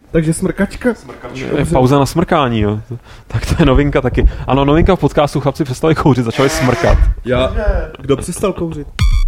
Takže smrkačka. Pauza na smrkání, jo. Tak to je novinka taky. Ano, novinka v podcastu, chlapci přestali kouřit, začali smrkat. Kdo přestal kouřit?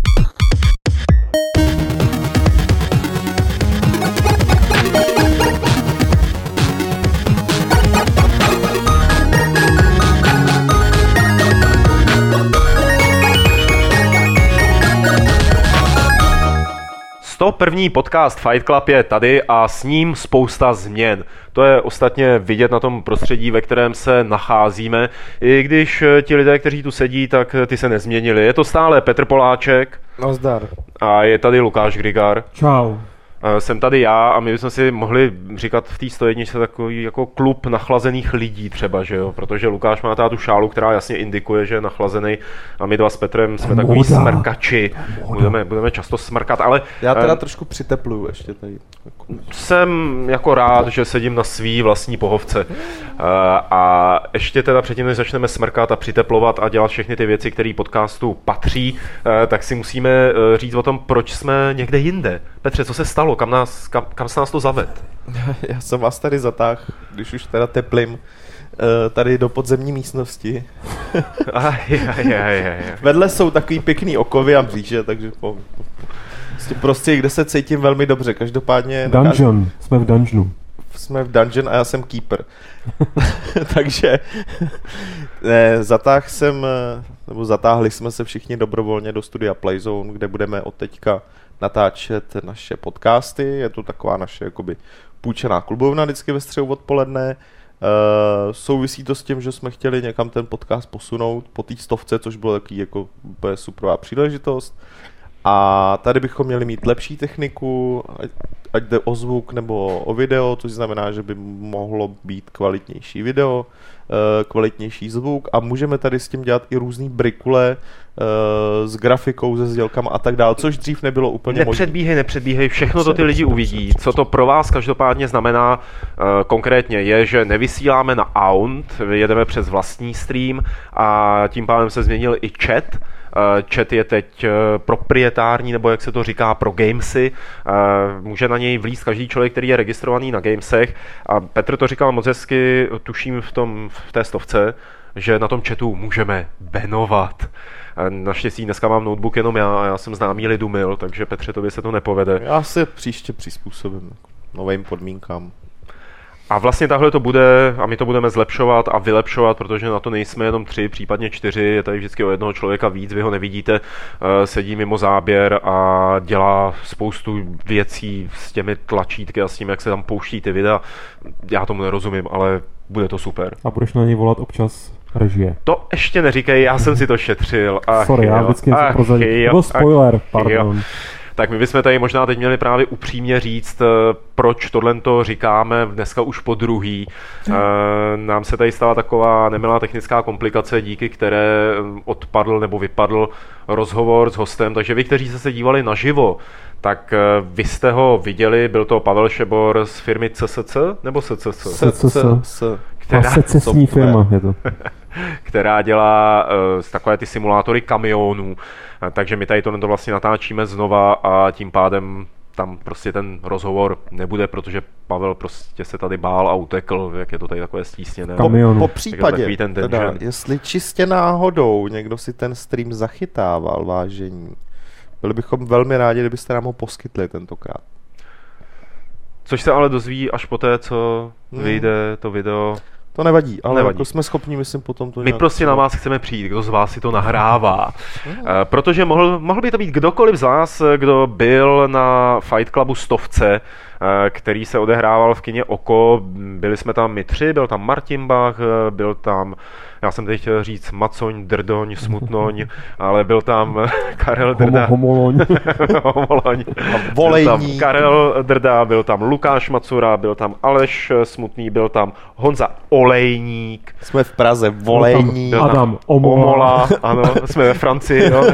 To první podcast Fight Club je tady a s ním spousta změn. To je ostatně vidět na tom prostředí, ve kterém se nacházíme. I když ti lidé, kteří tu sedí, tak ty se nezměnili. Je to stále Petr Poláček. Nazdar. A je tady Lukáš Grigar. Čau. Jsem tady já a my bychom si mohli říkat v té 101 takový jako klub nachlazených lidí třeba, že jo? Protože Lukáš má tu šálu, která jasně indikuje, že je nachlazený a my dva s Petrem jsme takový smrkači. Budeme často smrkat, ale... Já teda trošku přitepluju ještě tady. Jsem jako rád, že sedím na svý vlastní pohovce. A ještě teda předtím, než začneme smrkat a přiteplovat a dělat všechny ty věci, které podcastu patří, tak si musíme říct o tom, proč jsme někde jinde. Petře, co se stalo? Kam se nás to zaved? Já jsem vás tady zatáhl, když už teda teplím, tady do podzemní místnosti. Vedle jsou takový pěkný okovy a mříže, takže prostě kde se cítím velmi dobře. Každopádně... Dungeon, jsme v dungeonu. Jsme v dungeon a já jsem keeper. Takže zatáhli jsme se všichni dobrovolně do studia Playzone, kde budeme od teďka natáčet naše podcasty. Je to taková naše jakoby půjčená klubovna vždycky ve středu odpoledne. Souvisí to s tím, že jsme chtěli někam ten podcast posunout po té 100, což bylo takový jako superová příležitost. A tady bychom měli mít lepší techniku, ať jde o zvuk nebo o video, což znamená, že by mohlo být kvalitnější video, kvalitnější zvuk a můžeme tady s tím dělat i různý brikule s grafikou, se sdělkama a tak dále, což dřív nebylo úplně možné. Nepředbíhej, všechno to ty lidi uvidí. Co to pro vás každopádně znamená konkrétně je, že nevysíláme na Aunt, jedeme přes vlastní stream a tím pádem se změnil i chat. Chat je teď proprietární, nebo jak se to říká, pro gamesy. Může na něj vlízt každý člověk, který je registrovaný na gamesech. A Petr to říkal moc hezky, tuším v té 100, že na tom chatu můžeme banovat. Naštěstí dneska mám notebook jenom já a já jsem známý Lidumil, takže Petře, tobě se to nepovede. Já se příště přizpůsobím novým podmínkám. A vlastně takhle to bude a my to budeme zlepšovat a vylepšovat, protože na to nejsme jenom 3, případně 4, je tady vždycky o jednoho člověka víc, vy ho nevidíte, sedí mimo záběr a dělá spoustu věcí s těmi tlačítky a s tím, jak se tam pouští ty videa. Já tomu nerozumím, ale bude to super. A budeš na něj volat občas režie. To ještě neříkej, já jsem si to šetřil. Sorry, já vždycky něco prozadím. Byl spoiler, pardon. Tak my bychom tady možná teď měli právě upřímně říct, proč tohleto říkáme dneska už po druhý. Nám se tady stala taková nemilá technická komplikace, díky které odpadl nebo vypadl rozhovor s hostem, takže vy, kteří jste se dívali naživo, tak vy jste ho viděli, byl to Pavel Šebor z firmy CSC nebo CSC? Secesní firma je to. Která dělá takové ty simulátory kamionů, takže my tady to vlastně natáčíme znova a tím pádem tam prostě ten rozhovor nebude, protože Pavel prostě se tady bál a utekl, jak je to tady takové stísněné. Po případě, teda, jestli čistě náhodou někdo si ten stream zachytával, vážení, byli bychom velmi rádi, kdybyste nám ho poskytli tentokrát. Což se ale dozví až poté, co vyjde to video. To nevadí, ale jako jsme schopni, myslím, potom to my prostě na vás chceme přijít, kdo z vás si to nahrává. Protože mohl by to být kdokoliv z vás, kdo byl na Fight Clubu 100, který se odehrával v kině Oko. Byli jsme tam my 3, byl tam Martin Bach, byl tam, já jsem teď chtěl říct Macoň, Drdoň, Smutnoň, ale byl tam Karel Drda. Homoloň. Byl tam Karel Drda, byl tam Lukáš Macura, byl tam Aleš Smutný, byl tam Honza Olejník. Jsme v Praze, Volejník. Adam Omola. Ano, jsme ve Francii. No.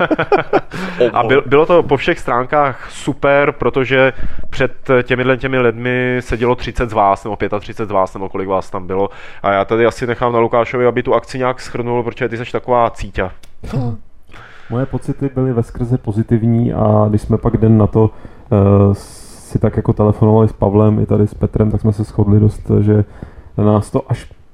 A bylo to po všech stránkách super, protože před těmi lidmi sedělo 30 z vás, nebo 35 z vás, nebo kolik vás tam bylo. A já tady asi nechám na Lukášovi, aby tu akci nějak shrnul, protože ty jsi taková cíťa. Moje pocity byly veskrze pozitivní a když jsme pak den na to si tak jako telefonovali s Pavlem i tady s Petrem, tak jsme se shodli dost, že nás to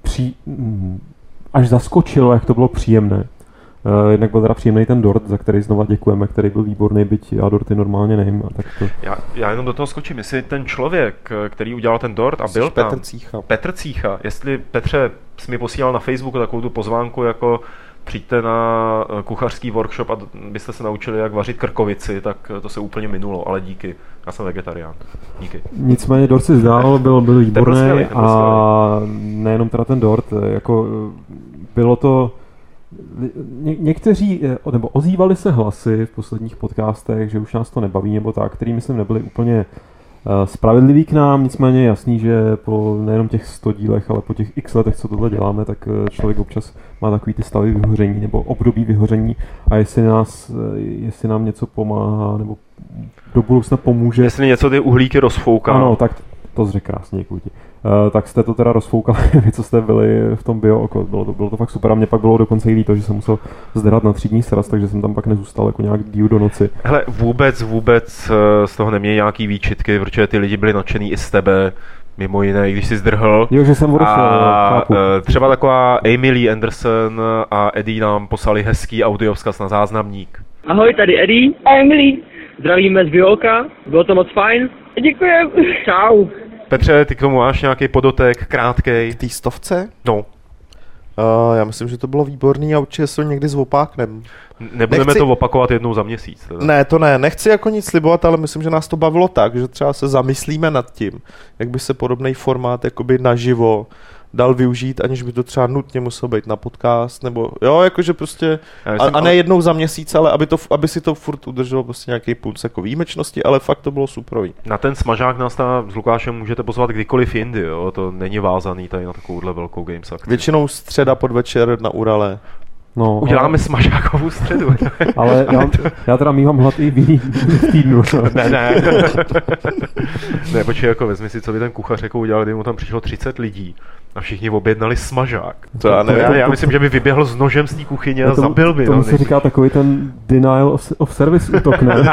až zaskočilo, jak to bylo příjemné. Jednak byl teda příjemný ten dort, za který znova děkujeme, který byl výborný, byť já dorty normálně nevím. A tak to... já jenom do toho skočím, jestli ten člověk, který udělal ten dort a byl tam, Petr Cícha, jestli Petře jsi mi posílal na Facebooku takovou tu pozvánku jako přijďte na kuchařský workshop a byste se naučili, jak vařit krkovici, tak to se úplně minulo, ale díky. Já jsem vegetarián. Díky. Nicméně dort si zdál, byl výborný a nejenom teda ten dort, jako bylo to... Někteří, nebo ozývali se hlasy v posledních podcastech, že už nás to nebaví nebo tak, který myslím nebyli úplně spravedlivý k nám, nicméně je jasný, že po nejenom těch 100 dílech, ale po těch x letech, co tohle děláme, tak člověk občas má takový ty stavy vyhoření nebo období vyhoření a jestli nám něco pomáhá nebo do budoucna pomůže. Jestli něco ty uhlíky rozfouká. Ano, tak to jsi řekl krásně, děkuji ti. Tak jste to teda rozfoukali, vy co jste byli v tom bio oko, bylo to fakt super a mě pak bylo dokonce i líto, že jsem musel zderat na 3 dní sraz, takže jsem tam pak nezůstal jako nějak díl do noci. Hele, vůbec z toho neměli nějaký výčitky, protože ty lidi byli nadšený i z tebe, mimo jiné, i když jsi zdrhl. Jo, že jsem odešel, třeba taková Amy Lee Anderson a Eddie nám poslali hezký audiovzkaz na záznamník. Ahoj, tady Eddie. Emily. Zdravíme z Biolka, bylo to moc fajn. Děkujem. Čau. Petře, ty k tomu máš nějaký podotek, krátkej? K té 100? No. Já myslím, že to bylo výborný a určitě se to někdy zopáknem. Nebudeme to opakovat jednou za měsíc. Teda. Ne, to ne. Nechci jako nic slibovat, ale myslím, že nás to bavilo tak, že třeba se zamyslíme nad tím, jak by se podobný formát jakoby naživo dal využít, aniž by to třeba nutně muselo být na podcast, nebo jo, jakože prostě, a ne jednou za měsíc, ale aby si to furt udrželo prostě nějaký punc jako výjimečnosti, ale fakt to bylo superový. Na ten smažák nás s Lukášem můžete pozvat kdykoliv jindy, jo, to není vázaný tady na takovouhle velkou games akci. Většinou středa podvečer na Urale. No, uděláme smažákovou středu. Ale já teda mývám hlad i v týdnu. Ne, počkej, jako vezmi si, co by ten kuchař jako udělal, kdy mu tam přišlo 30 lidí a všichni objednali smažák. Já myslím, že by vyběhl s nožem z té kuchyně a zabil by. Tomu se říká takový ten denial of service útok, ne?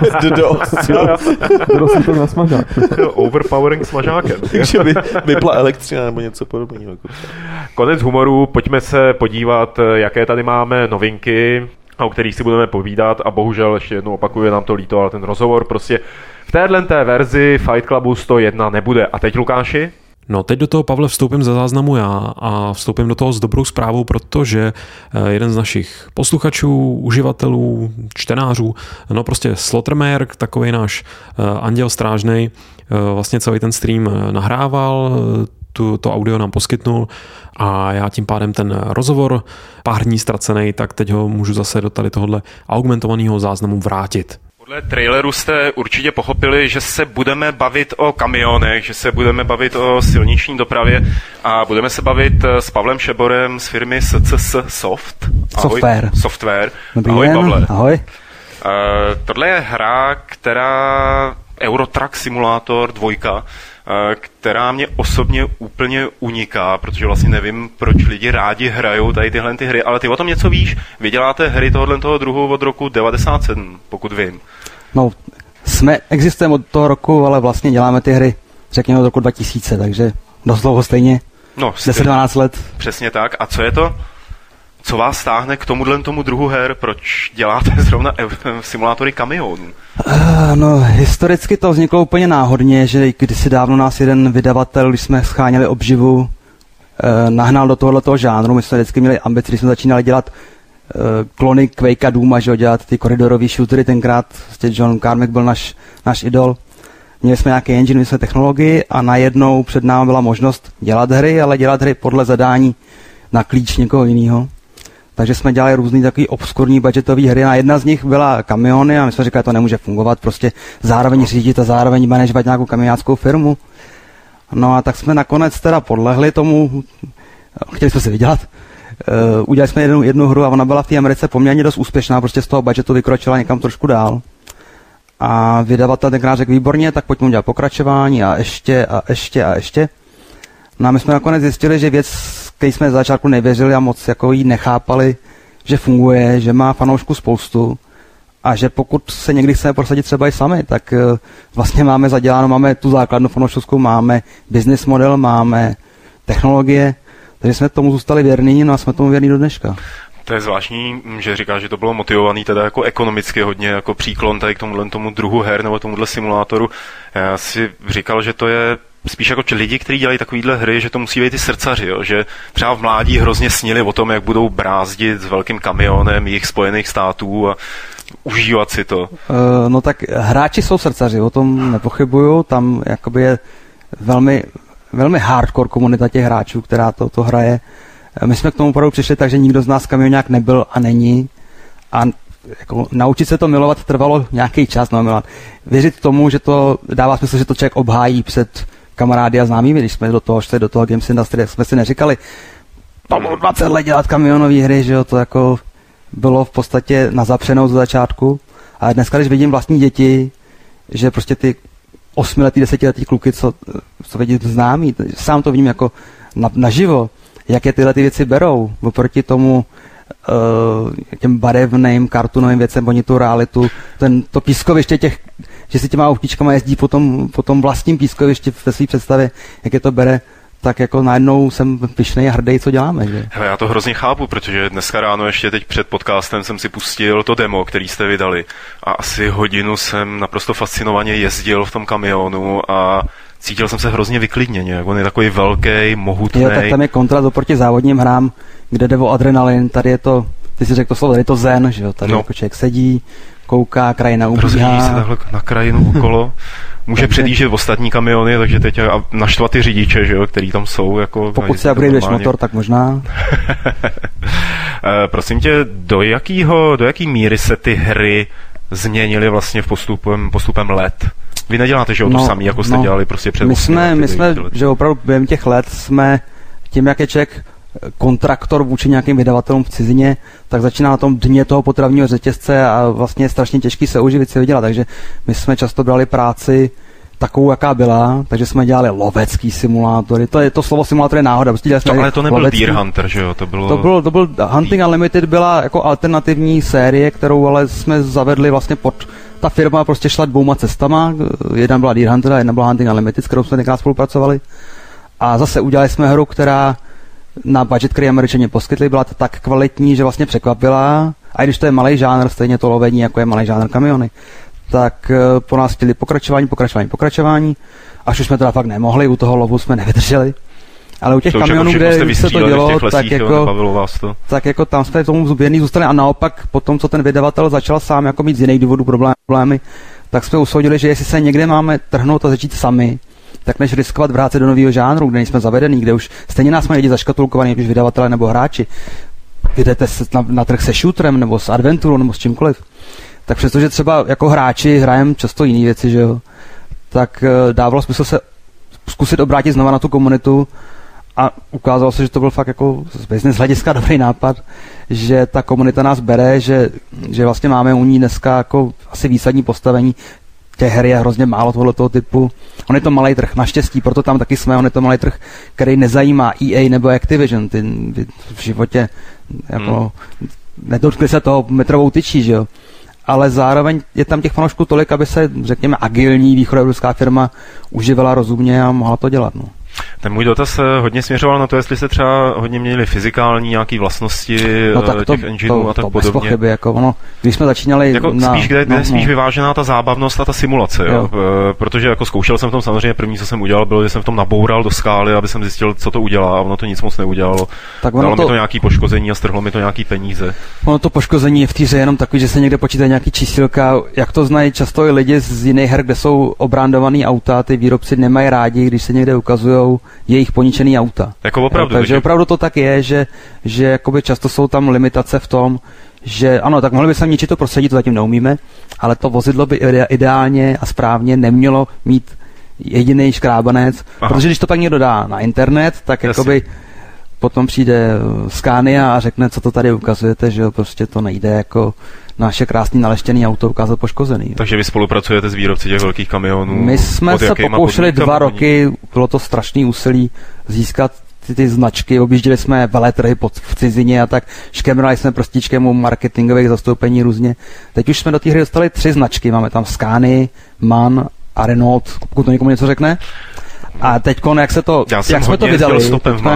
Dost útok na smažák. Overpowering smažákem. Takže by vypla elektřina nebo něco podobného. Konec humoru, pojďme se podívat, jaké tady máme novinky, o kterých si budeme povídat a bohužel ještě jednou opakuju, nám to líto, ale ten rozhovor prostě v téhle verzi Fight Clubu 101 nebude. A teď, Lukáši? No, teď do toho, Pavle, vstoupím ze záznamu já a vstoupím do toho s dobrou zprávou, protože jeden z našich posluchačů, uživatelů, čtenářů, no prostě Slaughtermare, takový náš anděl strážnej, vlastně celý ten stream nahrával, to audio nám poskytnul a já tím pádem ten rozhovor pár dní ztracený, tak teď ho můžu zase do tady tohohle augmentovaného záznamu vrátit. Podle traileru jste určitě pochopili, že se budeme bavit o kamionech, že se budeme bavit o silniční dopravě a budeme se bavit s Pavlem Šeborem z firmy SCS Soft. Ahoj. Software. Ahoj, Pavle. Ahoj. Tohle je hra, která Eurotrack Simulator 2, která mě osobně úplně uniká, protože vlastně nevím, proč lidi rádi hrajou tady tyhle ty hry, ale ty o tom něco víš? Vy děláte hry tohoto druhu od roku 97, pokud vím. No, existujeme od toho roku, ale vlastně děláme ty hry, řekněme, od roku 2000, takže dost dlouho stejně, no, 10-12 let. Přesně tak. A co je to? Co vás táhne k tomu druhu her? Proč děláte zrovna simulátory kamionů? No, historicky to vzniklo úplně náhodně, že kdysi dávno nás jeden vydavatel, když jsme scháněli obživu, nahnal do tohoto žánru. My jsme vždycky měli ambici, když jsme začínali dělat klony Quakea Dooma, že dělat ty koridorový shootery, tenkrát John Carmack byl náš idol. Měli jsme nějaký engine, měli jsme technologii a najednou před námi byla možnost dělat hry, ale dělat hry podle zadání na klíč někoho jiného. Takže jsme dělali různý takový obskurní budgetové hry a jedna z nich byla kamiony a my jsme říkali, že to nemůže fungovat, prostě zároveň řídit a zároveň manažovat nějakou kamionáckou firmu. No a tak jsme nakonec teda podlehli tomu, chtěli jsme si vydělat, udělali jsme jednu hru a ona byla v té Americe poměrně dost úspěšná, prostě z toho budgetu vykročila někam trošku dál. A vydavatel tenkrát řekl výborně, tak pojďme udělat pokračování a ještě. No a my jsme nakonec zjistili, že věc, který jsme z začátku nevěřili a moc jako jí nechápali, že funguje, že má fanoušků spoustu a že pokud se někdy chceme prosadit třeba i sami, tak vlastně máme zaděláno, máme tu základnu fanouškovskou, máme business model, máme technologie, takže jsme tomu zůstali věrní, no a jsme tomu věrní do dneška. To je zvláštní, že říká, že to bylo motivovaný teda jako ekonomicky hodně, jako příklon tady k tomu druhu her nebo tomuhle simulátoru. Já si říkal, že to je spíš jako lidi, kteří dělají takovýhle hry, že to musí být ty srdcaři, jo? Že třeba v mládí hrozně snili o tom, jak budou brázdit s velkým kamionem jich Spojených států a užívat si to. No tak hráči jsou srdcaři, o tom nepochybuju, tam jakoby je velmi, velmi hardcore komunita těch hráčů, která to hraje. My jsme k tomu opravdu přišli tak, že nikdo z nás kamionák nebyl a není. A jako, naučit se to milovat trvalo nějaký čas. No, věřit tomu, že to dává smysl, že to člověk obhájí před kamarády a známými, když jsme šli do toho Games Industry, jsme si neříkali, to bylo 20 let dělat kamionové hry, že jo, to jako bylo v podstatě na zapřenou ze začátku. A dneska, když vidím vlastní děti, že prostě ty 8letý, 10letý kluky, co vidím známí, sám to vidím jako naživo, jak je tyhle ty věci berou, oproti tomu těm barevným, kartunovým věcem, oni tu realitu, to pískoviště těch, že si těma autíčkama jezdí po tom vlastním pískovišti ve své představě, jak je to bere, tak jako najednou jsem pyšnej a hrdý, co děláme. Že? Hele, já to hrozně chápu, protože dneska ráno ještě teď před podcastem jsem si pustil to demo, který jste vydali a asi hodinu jsem naprosto fascinovaně jezdil v tom kamionu a cítil jsem se hrozně vyklidněně, jak on je takový velký, mohutný. Jo, tak tam je kontrast oproti závodním hrám, kde jde o adrenalin, tady je to, ty si řekl to slovo, tady je to zen, že jo, tady jako člověk sedí, kouká, krajina ubíhá. Rozhlíží se takhle na krajinu okolo, může předjíždět ostatní kamiony, takže teď naštvat ty řidiče, že jo, který tam jsou. Jako, pokud si upgradeuješ motor, tak možná. Prosím tě, do jaký míry se ty hry změnily vlastně postupem let? Vy neděláte, že o to samý, jako jste dělali prostě před my jsme, že opravdu během těch let jsme tím, jak je člověk kontraktor vůči nějakým vydavatelům v cizině, tak začíná na tom dně toho potravního řetězce a vlastně je strašně těžký se uživit, si vydělat. Takže my jsme často brali práci takovou, jaká byla, takže jsme dělali lovecký simulátory. To slovo simulátor je náhoda. Prostě ale to nebyl lovecký. Deer Hunter, že jo? To byl Hunting Unlimited, byla jako alternativní série, kterou ale jsme zavedli vlastně ta firma prostě šla dvouma cestama. Jedna byla Deer Hunter a jedna byla Hunting Unlimited, s kterou jsme tenkrát spolupracovali. A zase udělali jsme hru, která na budget, který Američané poskytli, byla tak kvalitní, že vlastně překvapila. A i když to je malý žánr, stejně to lovení, jako je malý žánr kamiony, tak po nás chtěli pokračování. Až už jsme teda fakt nemohli, u toho lovu jsme nevydrželi. Ale u těch kamionů, kde se to dělo, tak jako tam jsme tomu věrní zůstali a naopak potom, co ten vydavatel začal sám jako mít z jiných důvodů problémy, tak jsme usoudili, že jestli se někde máme trhnout a začít sami, tak než riskovat vrátit do nového žánru, kde nejsme zavedení, kde už stejně nás mají lidi zaškatulkovaný, ať už vydavatelé nebo hráči. Jdete na trh se shooterem nebo s adventurou nebo s čímkoliv. Tak přestože třeba jako hráči hrajeme často jiné věci, že jo, tak dávalo smysl se zkusit obrátit znova na tu komunitu a ukázalo se, že to byl fakt jako z business hlediska dobrý nápad, že ta komunita nás bere, že vlastně máme u ní dneska jako asi výsadní postavení. Těch her je hrozně málo tohoto typu. On je to malý trh, naštěstí, proto tam taky jsme, on je to malý trh, který nezajímá EA nebo Activision, ty v životě jako nedotkli se toho metrovou tyčí, že jo. Ale zároveň je tam těch fanoušků tolik, aby se, řekněme, agilní východoevropská firma užívala rozumně a mohla to dělat. No. Ten můj dotaz hodně směřoval na to, jestli jste třeba hodně měli fyzikální nějaké vlastnosti těch engineů a tak podobně. To bez pochyby, jako ono, když jsme začínali jako spíš, kde je spíš vyvážená ta zábavnost a ta simulace, jo? Protože jako zkoušel jsem v tom samozřejmě, první, co jsem udělal, bylo, že jsem v tom naboural do skály, aby jsem zjistil, co to udělá, a ono to nic moc neudělalo. Dalo mi to nějaký poškození a strhlo mi to nějaký peníze. Ono to poškození je v té hře jenom takový, že se někde počítají nějaký čísílka, jak to znají často i lidi z jiných her, kde jsou obrandovaný auta, ty výrobci nemají rádi, když se někde ukazují jejich poničený auta. Jako opravdu. Takže opravdu to tak je, že jakoby často jsou tam limitace v tom, že ano, tak mohli by se ničit to prostředí, to zatím neumíme, ale to vozidlo by ideálně a správně nemělo mít jediný škrábanec, protože když to pak někdo dá na internet, tak jakoby potom přijde Scania a řekne, co to tady ukazujete, že prostě to nejde jako naše krásný naleštěný auto ukázat poškozený. Takže vy spolupracujete s výrobci těch velkých kamionů? My jsme se pokoušeli 2 roky, bylo to strašný úsilí získat ty značky, objížděli jsme veletrhy v cizině a tak škemrali jsme prstíčkem u marketingových zastoupení různě. Teď už jsme do té hry dostali 3 značky, máme tam Scania, MAN a Renault, pokud to někomu něco řekne. A teďkon, jak jsme to vydali,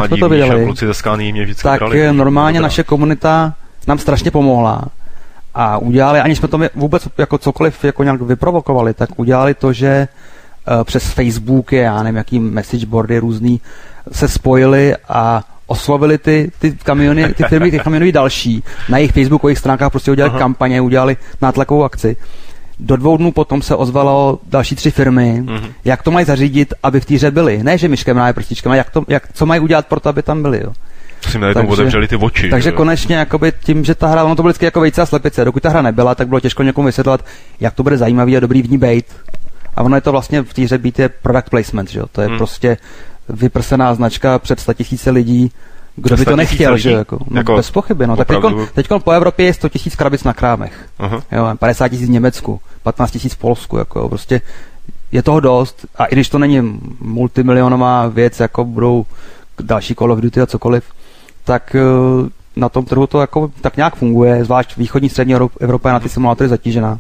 tak normálně naše komunita nám strašně pomohla a udělali, aniž jsme to vůbec jako cokoliv jako nějak vyprovokovali, tak udělali to, že přes Facebook, já nevím, jaký messageboardy různý, se spojili a oslovili ty kamiony, ty firmy, ty kamiony další. Na jejich facebookových stránkách prostě udělali kampaně, udělali nátlakovou akci. Do 2 dnů potom se ozvalo další 3 firmy, jak to mají zařídit, aby v té hře byli. Ne, že myškem náje prstíčkem, ale co mají udělat pro to, aby tam byli. Jo. To si najednou otevřeli ty oči. Takže konečně jakoby tím, že ta hra, ono to bylo vždycky jako vejce a slepice. Dokud ta hra nebyla, tak bylo těžko někomu vysvětlovat, jak to bude zajímavý a dobrý v ní bejt. A ono je to vlastně v té hře být je product placement, že jo. To je prostě vyprsená značka před 100 000 lidí. Kdo by to nechtěl, že jako, jako bez pochyby, no. Tak teďkon po Evropě je 100 000 krabic na krámech. Jo, 50 000 v Německu, 15 000 v Polsku, jako prostě je toho dost. A i když to není multimilionová věc, jako budou další Call of Duty a cokoliv, tak na tom trhu to jako tak nějak funguje, zvlášť východní střední Evropa je na ty simulátory zatížená.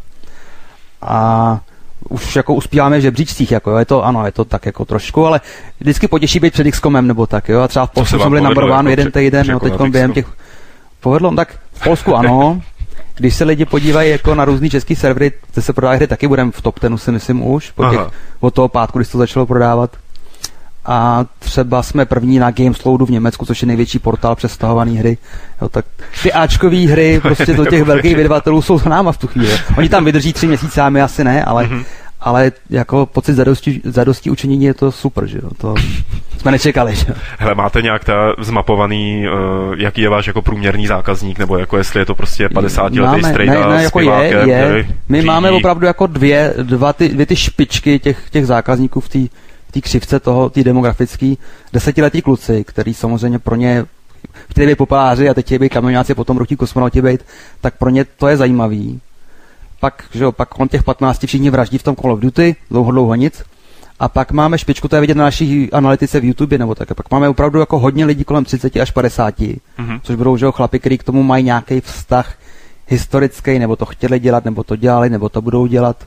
A už jako uspíváme v žebříčcích, jako je to tak jako trošku, ale vždycky potěší být před XCOMem nebo tak, jo, a třeba v Polsku jsme byli number one jeden týden, no, teďkon během těch povedlo, tak v Polsku ano, když se lidi podívají jako na různý český servery, kde se prodávají hry, taky budeme v top 10, si myslím už, od toho pátku, když to začalo prodávat. A třeba jsme první na Gamesloadu v Německu, což je největší portál přes stahované hry. Jo, tak ty áčkové hry prostě do těch velkých vydavatelů jsou s náma v tu chvíli. Oni tam vydrží 3 měsíce a my asi ne, ale jako pocit zadosti učinění je to super, že jo. To jsme nečekali, že jo. Hele, máte nějak zmapovaný, jaký je váš jako průměrný zákazník, nebo jako jestli je to prostě 50letý strejda s jako pivákem, je. My máme opravdu jako dvě ty špičky těch zákazníků v té křivce té demografický 10letý kluci, který samozřejmě pro ně chtěli být popáři a teď chtějí být kamionáci, potom rutí kosmonauti být, tak pro ně to je zajímavý. Pak on těch 15 všichni vraždí v tom Call of Duty, dlouho nic. A pak máme špičku, to je vidět na naší analytice v YouTube, nebo tak. A pak máme opravdu jako hodně lidí kolem 30 až 50, což budou, že jo, chlapi, kteří k tomu mají nějaký vztah historický, nebo to chtěli dělat, nebo to dělali, nebo to budou dělat.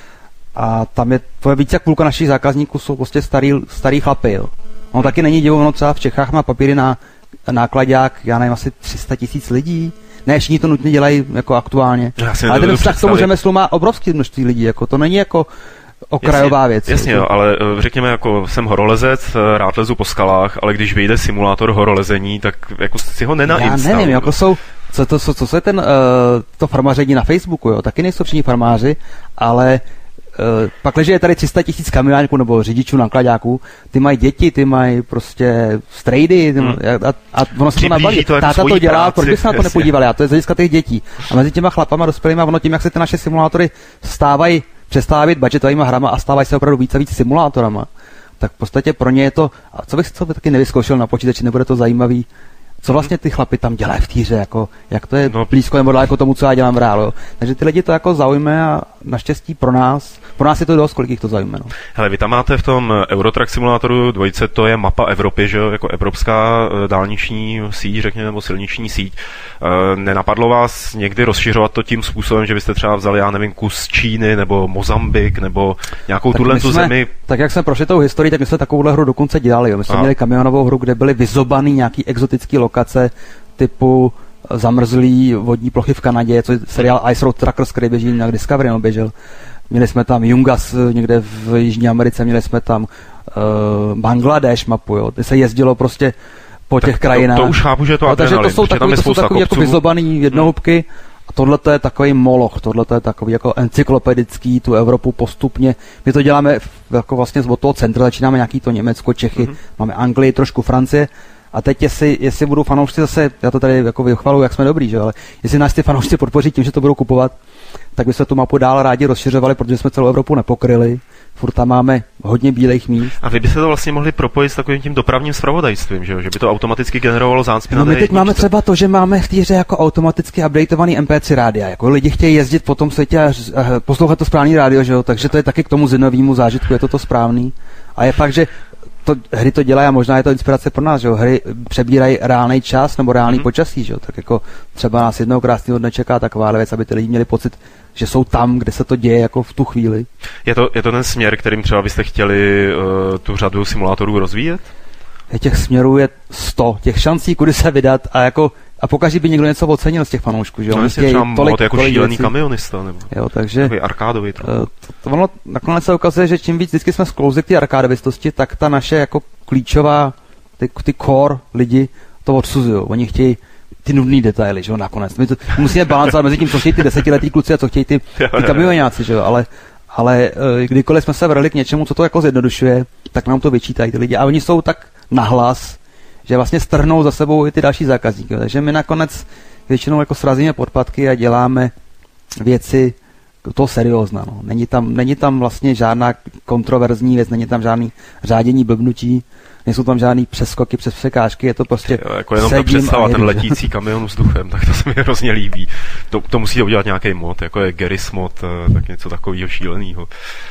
A tam to je víc jak půlka našich zákazníků jsou prostě starý chlapy, jo. On taky není divu, ono třeba v Čechách má papíry na nákladák, já nevím, asi 300 000 lidí. Ne, všichni to nutně dělají jako aktuálně. Ale ten vztah k tomu řemeslu má obrovské množství lidí, jako to není jako okrajová věc. Jasně, jo, ale řekněme, jako jsem horolezec, rád lezu po skalách, ale když vyjde simulátor horolezení, tak jako si ho nenainstaluju. Já nevím, jako co je to farmaření na Facebooku, jo, taky nejsou všichni farmáři, ale pak leží je tady 300 000 kamionáků nebo řidičů nákladáků, ty mají děti, ty mají prostě strejdy a ono se to nabalí. Táta to dělá, proč by se na to nepodívali? A to je z hlediska těch dětí. A mezi těma chlapama dospělýma, ono tím, jak se ty naše simulátory přestávají být budgetovýma hrama a stávají se opravdu víc a víc simulátorama, tak v podstatě pro ně je to, a co by taky nevyzkoušel na počítači, nebude to zajímavý, co vlastně ty chlapi tam dělají v té hře, jako, jak to je blízko nebo daleko tomu, co já dělám v reálu. Jo. Takže ty lidi to jako zaujme a naštěstí pro nás je to dost, kolik jich to zaujme. No. Hele, vy tam máte v tom Eurotrack simulátoru 2, to je mapa Evropy, že jo, jako evropská dálniční síť, řekněme, nebo silniční síť. Nenapadlo vás někdy rozšiřovat to tím způsobem, že byste třeba vzali, já nevím, kus Číny, nebo Mozambik, nebo nějakou tu zemi? Tak jak jsme prošli tou historii, tak my jsme takovouhle hru dokonce dělali. Jo. My jsme měli kamionovou hru, kde byly vyzobaný nějaký exotický lokace typu zamrzlý vodní plochy v Kanadě, co je seriál Ice Road Truckers, který běží na Discovery, no, běžel. Měli jsme tam Jungas někde v Jižní Americe, měli jsme tam Bangladeš mapu, jo. Kde se jezdilo prostě po těch krajinách. To už chápu, že je to adrenalin. Takže to jsou takový jako vyzobaný jednohubky a tohle to je takový moloch, tohle to je takový jako encyklopedický, tu Evropu postupně. My to děláme jako vlastně od toho centra, začínáme nějaký to Německo, Čechy, máme Anglii, trošku Francie. A teď, jestli budou fanoušci zase, já to tady jako vychvaluji, jak jsme dobrý, že? Ale jestli nás ty fanoušci podpoří tím, že to budou kupovat, tak by se tu mapu dál rádi rozšiřovali, protože jsme celou Evropu nepokryli. Furt tam máme hodně bílých míst. A vy byste to vlastně mohli propojit s takovým tím dopravním zpravodajstvím, že by to automaticky generovalo zácpy na D1. My teď máme třeba to, že máme v té hře jako automaticky updateovaný MP3 rádia. Jako lidi chtějí jezdit po tom světě a poslouchat to správný rádio, že jo? Takže to je taky k tomu zinovému zážitku, je to správný. A je fakt, že hry to dělají a možná je to inspirace pro nás, že jo, hry přebírají reálný čas nebo reálný počasí, že jo, tak jako třeba nás jednoho krásného dne čeká taková věc, aby ty lidi měli pocit, že jsou tam, kde se to děje jako v tu chvíli. Je to ten směr, kterým třeba byste chtěli tu řadu simulátorů rozvíjet? Těch směrů je 100, těch šancí, kudy se vydat a pokaždé by někdo něco ocenil z těch fanoušků, že jo. No jestli třeba mod jako šílený kamionista, nebo jo, takže arkádový. Ono nakonec se ukazuje, že čím víc vždycky jsme sklouzli k té arkádovistosti, tak ta naše jako klíčová, ty core lidi to odsuzujou. Oni chtějí ty nudný detaily, že jo, nakonec. My to musíme balancovat mezi tím, co chtějí ty 10letý kluci a co chtějí ty kamionáci, že jo, ale kdykoliv jsme se vrhli k něčemu, co to jako zjednodušuje, tak nám to vyčítají ty lidi. A oni jsou tak nahlas, že vlastně strhnou za sebou i ty další zákazníky. Takže my nakonec většinou jako srazíme podpatky a děláme věci to seriózna. No. Není tam vlastně žádná kontroverzní věc, není tam žádný řádění blbnutí, nejsou tam žádný přeskoky přes překážky, je to prostě jako jenom ta představa, ten letící kamion vzduchem, tak to se mi hrozně líbí. To musíte udělat nějaký mod, jako je Garry's mod, tak něco takového šíleného.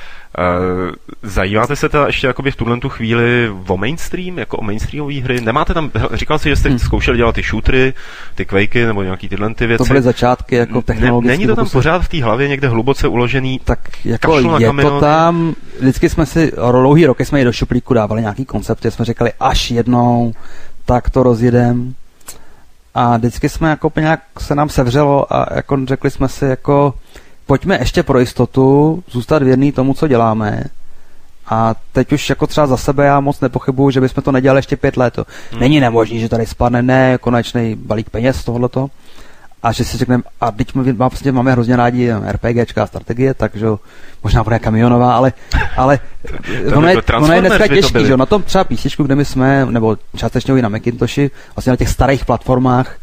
Zajímáte se teda ještě jakoby v tu chvíli o mainstream, jako o mainstreamové hry? Nemáte tam, říkal jsi, že jste zkoušeli dělat ty shootery, ty Quakey nebo nějaký tyhle ty věci. To byly začátky jako technologické. Není to tam pořád v té hlavě někde hluboce uložený? Tak jako je to tam, vždycky jsme si, dlouhý roky jsme i do šuplíku dávali nějaký koncepty, jsme říkali až jednou, tak to rozjedem. A vždycky jsme jako nějak se nám sevřelo a jako řekli jsme si jako pojďme ještě pro jistotu zůstat věrný tomu, co děláme. A teď už jako třeba za sebe já moc nepochybuju, že bychom to nedělali ještě 5 let. Není nemožný, že tady spadne konečný balík peněz z tohoto. A že si řekneme, a teď máme hrozně rádi RPGčka strategie, takže možná bude kamionová, ale ono je dneska těžký, že na tom třeba písničku, kde my jsme, nebo částečně i na Macintoshi, vlastně na těch starých platformách,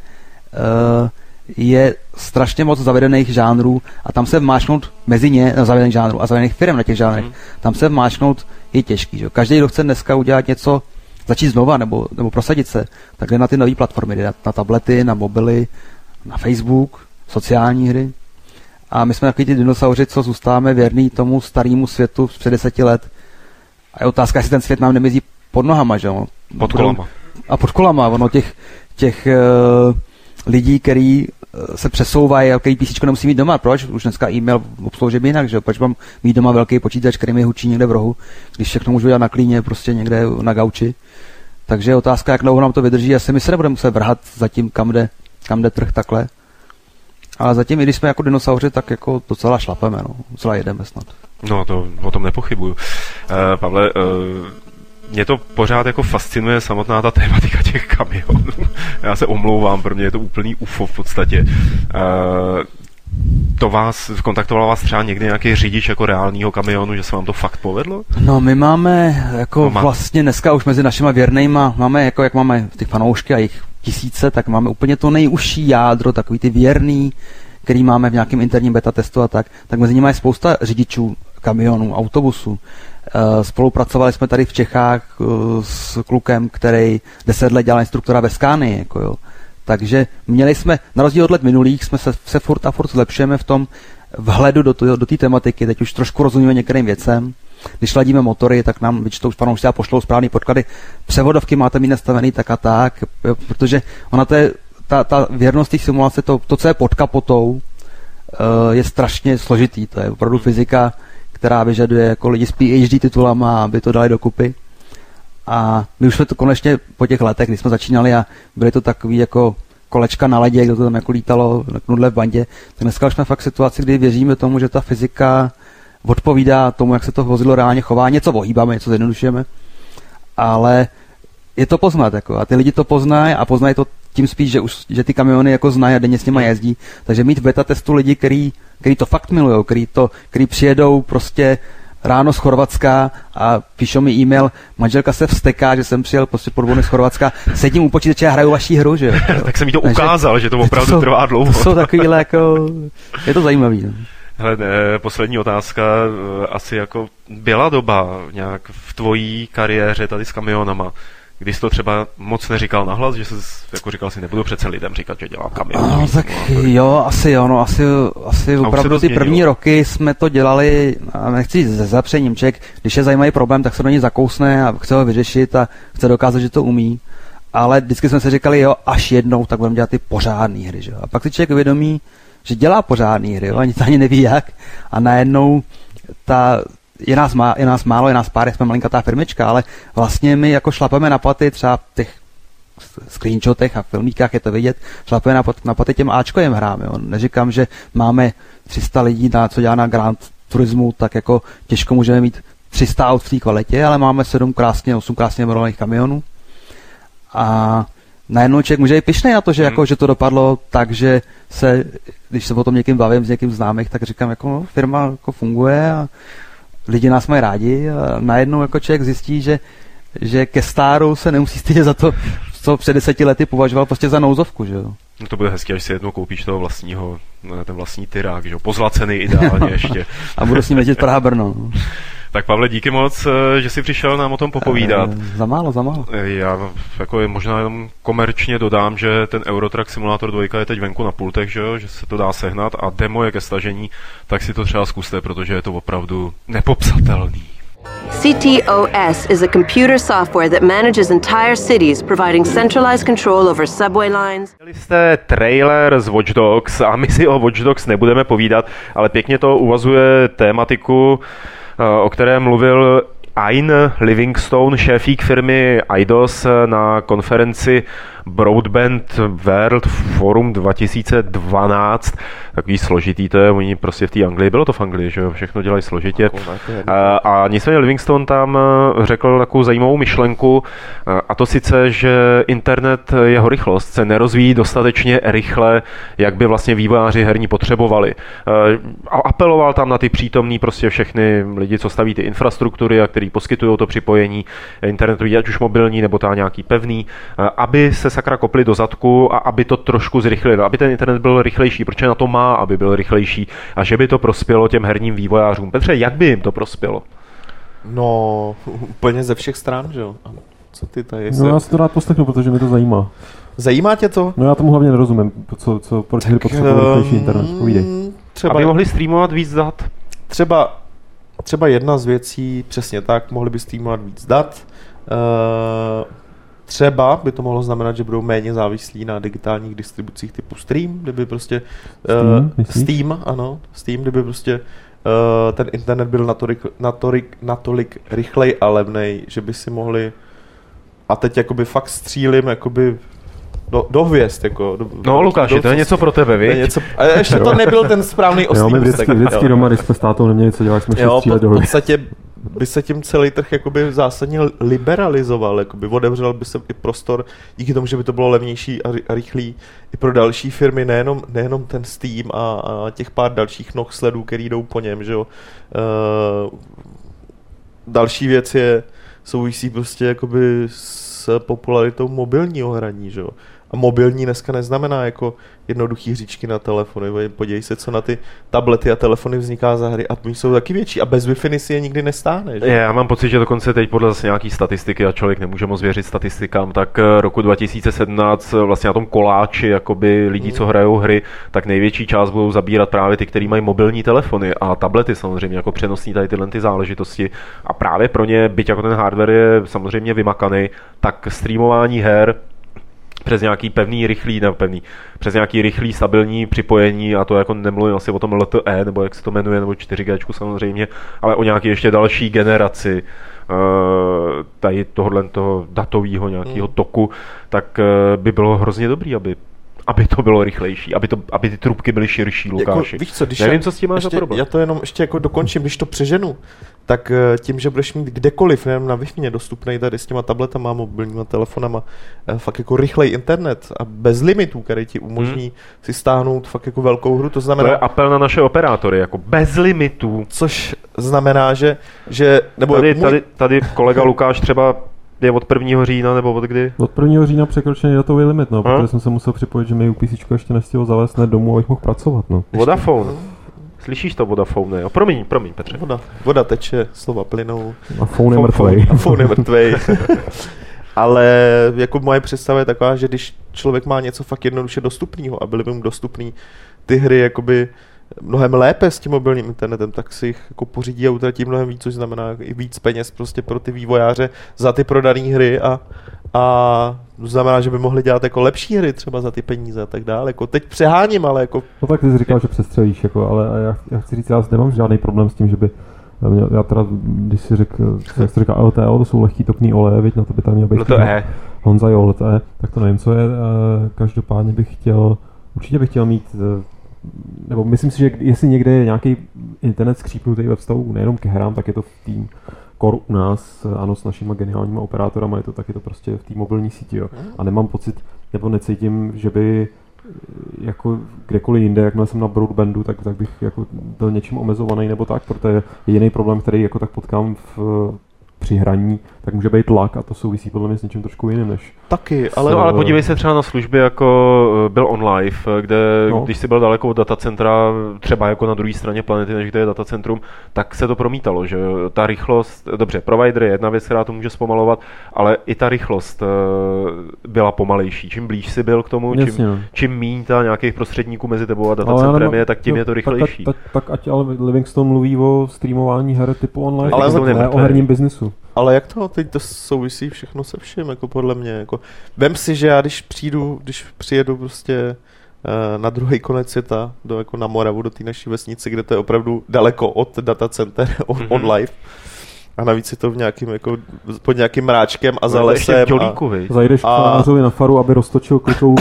je strašně moc zavedených žánrů a tam se vmáčknout mezi ně, zavedených žánrů a zavedených firm na těch žánrech, tam se vmáčknout je těžký. Že? Každý, kdo chce dneska udělat něco, začít znova nebo prosadit se, tak jde na ty nové platformy, jde na tablety, na mobily, na Facebook, sociální hry. A my jsme takový ty dinosauři, co zůstáváme věrný tomu starému světu před 10 let. A je otázka, jestli ten svět nám nemizí pod nohama, že jo? Pod kolama. A pod kolama, ono těch lidí, který se přesouvají a který písničko nemusí mít doma. Proč? Už dneska e-mail obsloužím jinak, že? Proč mám mít doma velký počítač, který mi hučí někde v rohu, když všechno můžu dělat na klíně, prostě někde na gauči. Takže je otázka, jak dlouho nám to vydrží. Asi my se nebudeme muset vrhat zatím, kam jde trh takhle. Ale zatím, i když jsme jako dinosauři, tak jako docela šlapeme, no. Docela jedeme snad. No, to o tom nepochybuju. Pavle, mě to pořád jako fascinuje samotná ta tématika těch kamionů. Já se omlouvám, pro mě je to úplný UFO v podstatě. Kontaktoval vás třeba někdy nějaký řidič jako reálního kamionu, že se vám to fakt povedlo? No, my máme jako vlastně dneska už mezi našima věrnejma, máme jako jak máme ty fanoušky a jich tisíce, tak máme úplně to nejužší jádro, takový ty věrný, který máme v nějakém interním beta testu a tak mezi nimi je spousta řidičů kamionů, autobusů. Spolupracovali jsme tady v Čechách s klukem, který 10 let dělal instruktora ve Scanii, jako jo. Takže měli jsme, na rozdíl od let minulých, jsme se furt a furt zlepšujeme v tom vhledu do té tematiky. Teď už trošku rozumíme některým věcem. Když ladíme motory, tak nám vyčtou fanoušci a pošlou správný podklady. Převodovky máte mít nastavený tak a tak, protože ona to je, ta věrnost té simulace, to, co je pod kapotou, je strašně složitý. To je opravdu fyzika, která vyžaduje jako lidi s PhD titulama, aby to dali dokupy. A my už jsme to konečně po těch letech, kdy jsme začínali a byly to takový jako kolečka na ledě, kdo to tam jako lítalo na knudle v bandě, tak dneska už jsme fakt v situaci, kdy věříme tomu, že ta fyzika odpovídá tomu, jak se to vozidlo reálně chová, něco ohýbáme, něco zjednodušujeme, ale je to poznat, jako, a ty lidi to poznají a poznají to tím spíš, že ty kamiony jako znají a denně s nimi jezdí, takže mít v beta testu lidi, který to fakt milujou, který přijedou prostě ráno z Chorvatska a píšou mi e-mail, manželka se vzteká, že jsem přijel prostě podvozek z Chorvatska, sedím u počítače a hraju vaší hru, že jo. Tak jsem mi to ukázal, že to opravdu trvá dlouho. To jsou takovýhle jako, je to zajímavý. No. Hele, poslední otázka, asi jako byla doba nějak v tvojí kariéře tady s kamionama, Když jsi to třeba moc neříkal nahlas, že jsi jako říkal si, nebudu přece lidem říkat, že dělá kamion. No, tak jo, asi opravdu ty první roky jsme to dělali, nechci se zapřením, člověk, když je zajímavý problém, tak se do něj zakousne a chce ho vyřešit a chce dokázat, že to umí. Ale vždycky jsme si říkali, jo, až jednou, tak budeme dělat ty pořádný hry, že jo. A pak si člověk uvědomí, že dělá pořádný hry, jo, ani neví jak. A najednou je nás málo, je nás pár, jsme malinkatá firmička, ale vlastně my jako šlapeme na paty třeba v těch screenshotech a filmíkách je to vidět, šlapeme na paty těm Ačkovým hrám, jo. Neříkám, že máme 300 lidí, co dělá na Gran Turismu, tak jako těžko můžeme mít 300 aut v té kvalitě, ale máme 8 krásně modelných kamionů. A najednou člověk může být pyšnej na to, že, jako, že to dopadlo tak, že když se o tom někým bavím s někým známých, tak říkám, jako no, firma jako funguje a lidi nás mají rádi a najednou jako člověk zjistí, že ke stáru se nemusí stydět za to, co před 10 lety považoval prostě za nouzovku, že jo. No to bude hezké, až si jednou koupíš toho vlastního, ten vlastní tyrák, že jo, pozlacený ideálně ještě. A budu s ním letět Praha-Brno. No. Tak Pavle, díky moc, že jsi přišel nám o tom popovídat. Za málo. Já jako možná jenom komerčně dodám, že ten Eurotrack Simulator 2 je teď venku na pultech, že se to dá sehnat a demo je ke stažení, tak si to třeba zkuste, protože je to opravdu nepopsatelný. CTOS is a computer software that manages entire cities, providing centralized control over subway lines. Měli jste trailer z Watch Dogs a my si o Watch Dogs nebudeme povídat, ale pěkně to uvazuje tématiku, o které mluvil Ian Livingstone, šéfík firmy Eidos na konferenci Broadband World Forum 2012. Takový složitý to je, oni prostě v té Anglii, bylo to v Anglii, že jo, všechno dělají složitě. A nicméně Livingstone tam řekl takovou zajímavou myšlenku, a to sice, že internet, jeho rychlost se nerozvíjí dostatečně rychle, jak by vlastně vývojáři herní potřebovali. A apeloval tam na ty přítomný prostě všechny lidi, co staví ty infrastruktury a který poskytují to připojení internetu, ať už mobilní nebo ta nějaký pevný, aby se sakra kopli do zadku a aby to trošku zrychlilo, aby ten internet byl rychlejší, protože na to má, aby byl rychlejší a že by to prospělo těm herním vývojářům. Petře, jak by jim to prospělo? No, úplně ze všech stran, že jo. Co ty tady? No já si to rád poslechnu, protože mě to zajímá. Zajímá tě to? No já tomu hlavně nerozumím, proč hry potřebují rychlejší internet. Povídej. Aby mohli streamovat víc dat? Třeba jedna z věcí, přesně tak, mohli by streamovat víc dat. Třeba by to mohlo znamenat, že budou méně závislí na digitálních distribucích typu Steam, kdyby prostě Steam, kdyby prostě ten internet byl natolik rychlej a levnej, že by si mohli, a teď jakoby fakt střílim jakoby do hvězd, jako. No Lukáši, to je něco pro tebe, viď? A ještě to nebyl ten správný oslý. Jo, my vždycky doma, když jsme s tátou neměli co dělat, jsme šli střílet do hvězd. V podstatě by se tím celý trh jakoby zásadně liberalizoval, jakoby otevřel by se i prostor díky tomu, že by to bylo levnější a rychlý i pro další firmy, nejenom ten Steam a těch pár dalších noh sledů, který jdou po něm, že jo. Další věc souvisí prostě jakoby s popularitou mobilního hraní, že jo. A mobilní dneska neznamená jako jednoduchý hříčky na telefony. Podívej se, co na ty tablety a telefony vzniká za hry a oni jsou taky větší a bez Wi-Fi si je nikdy nestáhne. Že? Já mám pocit, že dokonce teď podle zase nějaký statistiky a člověk nemůže moc věřit statistikám, tak roku 2017 vlastně na tom koláči jakoby lidí, co hrajou hry, tak největší část budou zabírat právě ty, kteří mají mobilní telefony a tablety samozřejmě jako přenosní tady tyhle ty záležitosti a právě pro ně, byť jako ten hardware je samozřejmě vymakaný, tak streamování her přes nějaký přes nějaký rychlý, stabilní připojení, a to jako nemluvím asi o tom LTE, nebo jak se to jmenuje, nebo 4G samozřejmě, ale o nějaký ještě další generaci tady toho datového nějakého toku, tak by bylo hrozně dobrý, aby to bylo rychlejší, aby ty trubky byly širší, Lukáši. Jako, víš co, nevím, co s tím máš za problém. Já to jenom ještě jako dokončím, když to přeženu, tak tím, že budeš mít kdekoliv, nejen na Wi-Fi dostupnej tady s těma tabletama, mobilníma telefonama, fakt jako rychlej internet a bez limitů, který ti umožní si stáhnout fakt jako velkou hru, to znamená... To je apel na naše operátory, jako bez limitů. Což znamená, že nebo tady kolega Lukáš třeba je od 1. října, nebo od kdy? Od 1. října překročený datový limit, no, protože jsem se musel připojit, že mi UPC ještě nestihl zavést hned domů, abych mohl pracovat, no. Vodafone. Slyšíš to, Vodafone, jo? Promiň, Petře. Voda teče, slova plynou. A phone je mrtvej. A phone je mrtvej. Ale jako moje představa je taková, že když člověk má něco fakt jednoduše dostupného a byly by mu dostupný ty hry jakoby mnohem lépe s tím mobilním internetem, tak si jich jako pořídí a utratí mnohem víc, což znamená i víc peněz prostě pro ty vývojáře za ty prodané hry a znamená, že by mohli dělat jako lepší hry třeba za ty peníze a tak dále. Jako teď přeháním, ale jako... No tak ty jsi říkal, že přestřelíš, jako, ale já chci říct, já nemám žádný problém s tím, že by já teda, když si řekl, jak jsi říkal LTO, to jsou lehký topný oleje, viď, na to by tam měl být Honza jo, LTE, tak to nevím, co je, každopádně určitě bych chtěl mít, nebo myslím si, že jestli někde je nějaký internet skřípnutý ve vztahu nejenom k hrám, tak je to v tým Core u nás, ano, s našimi geniálníma operátorama, tak je to prostě v té mobilní síti, jo. A nemám pocit, nebo necítím, že by jako kdekoliv jinde, jakmile jsem na broadbandu, tak bych jako byl něčím omezovaný nebo tak, protože jediný problém, který jako tak potkám při hraní, tak může být lag a to souvisí podle mě s něčím trošku jiným než... Taky, ale... No, ale podívej se třeba na služby jako byl OnLive, kde když jsi byl daleko od datacentra, třeba jako na druhé straně planety, než kde je datacentrum, tak se to promítalo, že ta rychlost, dobře, provider je jedna věc, která to může zpomalovat, ale i ta rychlost byla pomalejší. Čím blíž si byl k tomu, čím míň ta nějakých prostředníků mezi tebou a datacentrem je, tak tím je to rychlejší. Tak ať ale Livingstone mluví o streamování her typu OnLive, ale ne o herním biznisu. Ale jak to? Teď to souvisí všechno se vším, jako podle mě. Jako. Vem si, že já když přijedu prostě na druhý konec světa, jako na Moravu, do té naší vesnice, kde to je opravdu daleko od datacenter, OnLive, a navíc je to v nějakým, jako, pod nějakým mráčkem a za lesem. Zajdeš k farářovi na faru, aby roztočil klikou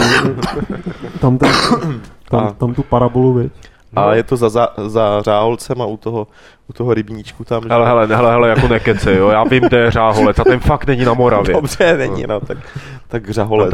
tam tu parabolu, viď? A je to za Řáholcem a u toho rybníčku tam. Hele, jako nekece, jo, já vím, kde je Řáholec a ten fakt není na Moravě. Dobře, není, no, tak Řáholec.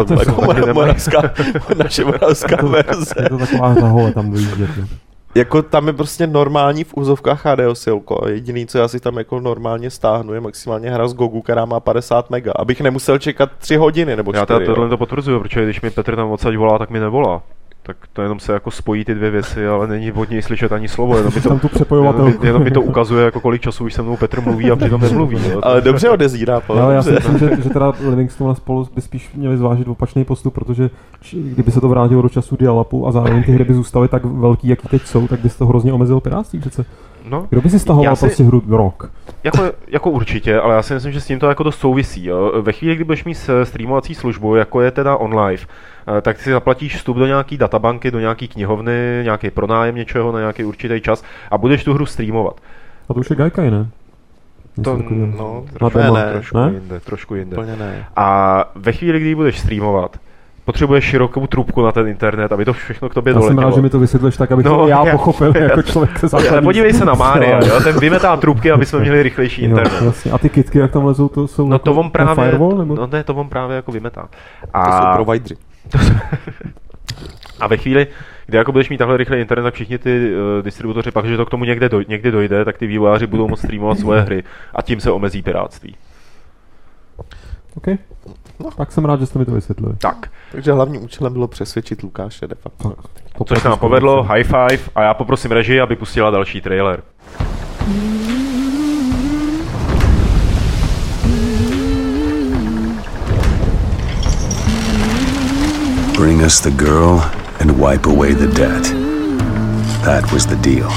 Naše moravská verze. Je to taková Řáhole tam dojíždět. Jako tam je prostě normální v úzovkách HD osilko a jediný, co já si tam jako normálně stáhnu, je maximálně hra z Gogu, která má 50 mega, abych nemusel čekat 3 hodiny nebo 4. Já tohle to potvrzuju, protože když mi Petr tam odsaď volá, tak mi nevolá. Tak to jenom se jako spojí ty dvě věci, ale není od něj slyšet ani slovo, jenom mi to ukazuje, jako kolik času už se mnou Petr mluví a přitom nemluví. Jo. Ale dobře odezírá. Ale já si myslím, že teda Livingstone spolu by spíš měli zvážit opačný postup, protože kdyby se to vrátilo do času dial-upu a zároveň ty hry by zůstaly tak velký, jaký teď jsou, tak by se to hrozně omezil pirátství přece. No, kdo by si stahoval prostě hru rok? Jako určitě, ale já si myslím, že s tím to jako to souvisí. Jo. Ve chvíli, kdy budeš mít streamovací službu, jako je teda OnLive, tak si zaplatíš vstup do nějaký databanky, do nějaký knihovny, nějaký pronájem něčeho na nějaký určitý čas a budeš tu hru streamovat. A to už je Gaikai, ne? To, no, trošku jinde. A ve chvíli, kdy budeš streamovat, potřebuješ širokou trubku na ten internet, aby to všechno k tobě doletělo. Já jsem rád, že mi to vysvětlíš tak, abych já pochopil jako člověk se základní. Ale podívej se na Mária, jo? Ten vymetá trubky, aby jsme měli rychlejší internet. Jasně. A ty kitky, jak tam lezou, to jsou no, to on právě, firewall? Nebo? No ne, to on právě jako vymetá. To jsou provideři. A ve chvíli, kdy jako budeš mít takhle rychlý internet, tak všichni ty distributoři, pak, že to k tomu někdy dojde, tak ty vývojáři budou moct streamovat svoje hry a tím se omezí pirátství. OK. No. Tak jsem rád, že jste mi to vysvětlili. Tak. Takže hlavním účelem bylo přesvědčit Lukáše de facto. Což se nám povedlo, high five, a já poprosím režii, aby pustila další trailer. Bring us the girl and wipe away the debt. That was the deal.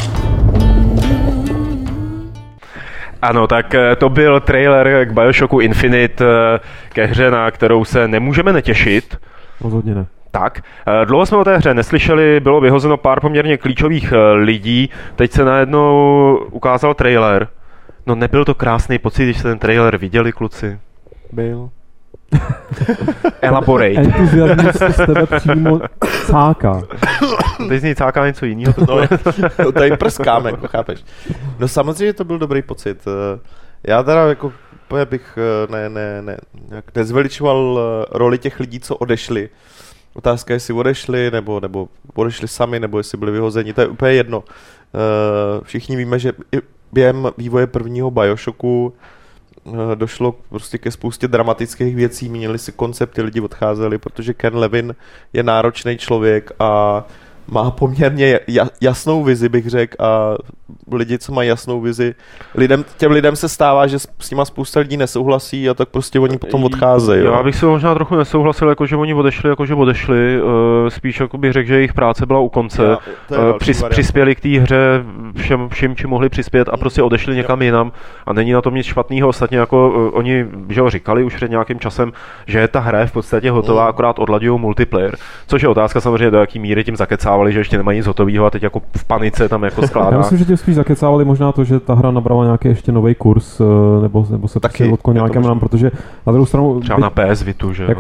Ano, tak to byl trailer k BioShocku Infinite, ke hře, na kterou se nemůžeme netěšit. Rozhodně ne. Tak, dlouho jsme o té hře neslyšeli, bylo vyhozeno pár poměrně klíčových lidí, teď se najednou ukázal trailer. No nebyl to krásný pocit, když jste ten trailer viděli, kluci? Byl. Elaborate. Entuziasmus z tebe přímo cáká. Teď z něj cáká něco jiného. No, tady prskáme, jako chápeš. No samozřejmě to byl dobrý pocit. Já teda jako bych nezveličoval roli těch lidí, co odešli. Otázka je, jestli odešli, nebo odešli sami, nebo jestli byli vyhozeni, to je úplně jedno. Všichni víme, že během vývoje prvního BioShocku došlo prostě ke spoustě dramatických věcí, měnili si koncepty, lidi odcházeli, protože Ken Levin je náročný člověk a má poměrně jasnou vizi, bych řekl, a lidi, co mají jasnou vizi, těm lidem se stává, že s nima spousta lidí nesouhlasí a tak prostě oni potom odcházejí. Já bych si možná trochu nesouhlasil, jakože oni odešli, spíš jako bych řekl, že jejich práce byla u konce, přispěli k té hře všem, čím mohli přispět a prostě odešli někam jinam a není na tom nic špatného. Ostatně jako oni, že ho říkali už před nějakým časem, že ta hra je v podstatě hotová, akorát odlaďují multiplayer, což je otázka samozřejmě, do jaký míry tím zakecávali, že ještě nemají nic hotového a teď jako v panice tam jako skládá. Já myslím, že tím spíš zakecávali možná to, že ta hra nabrala nějaký ještě nový kurz, nebo se taky odklo nějakém nám, protože na druhou stranu... Třeba na PS Vitu, že?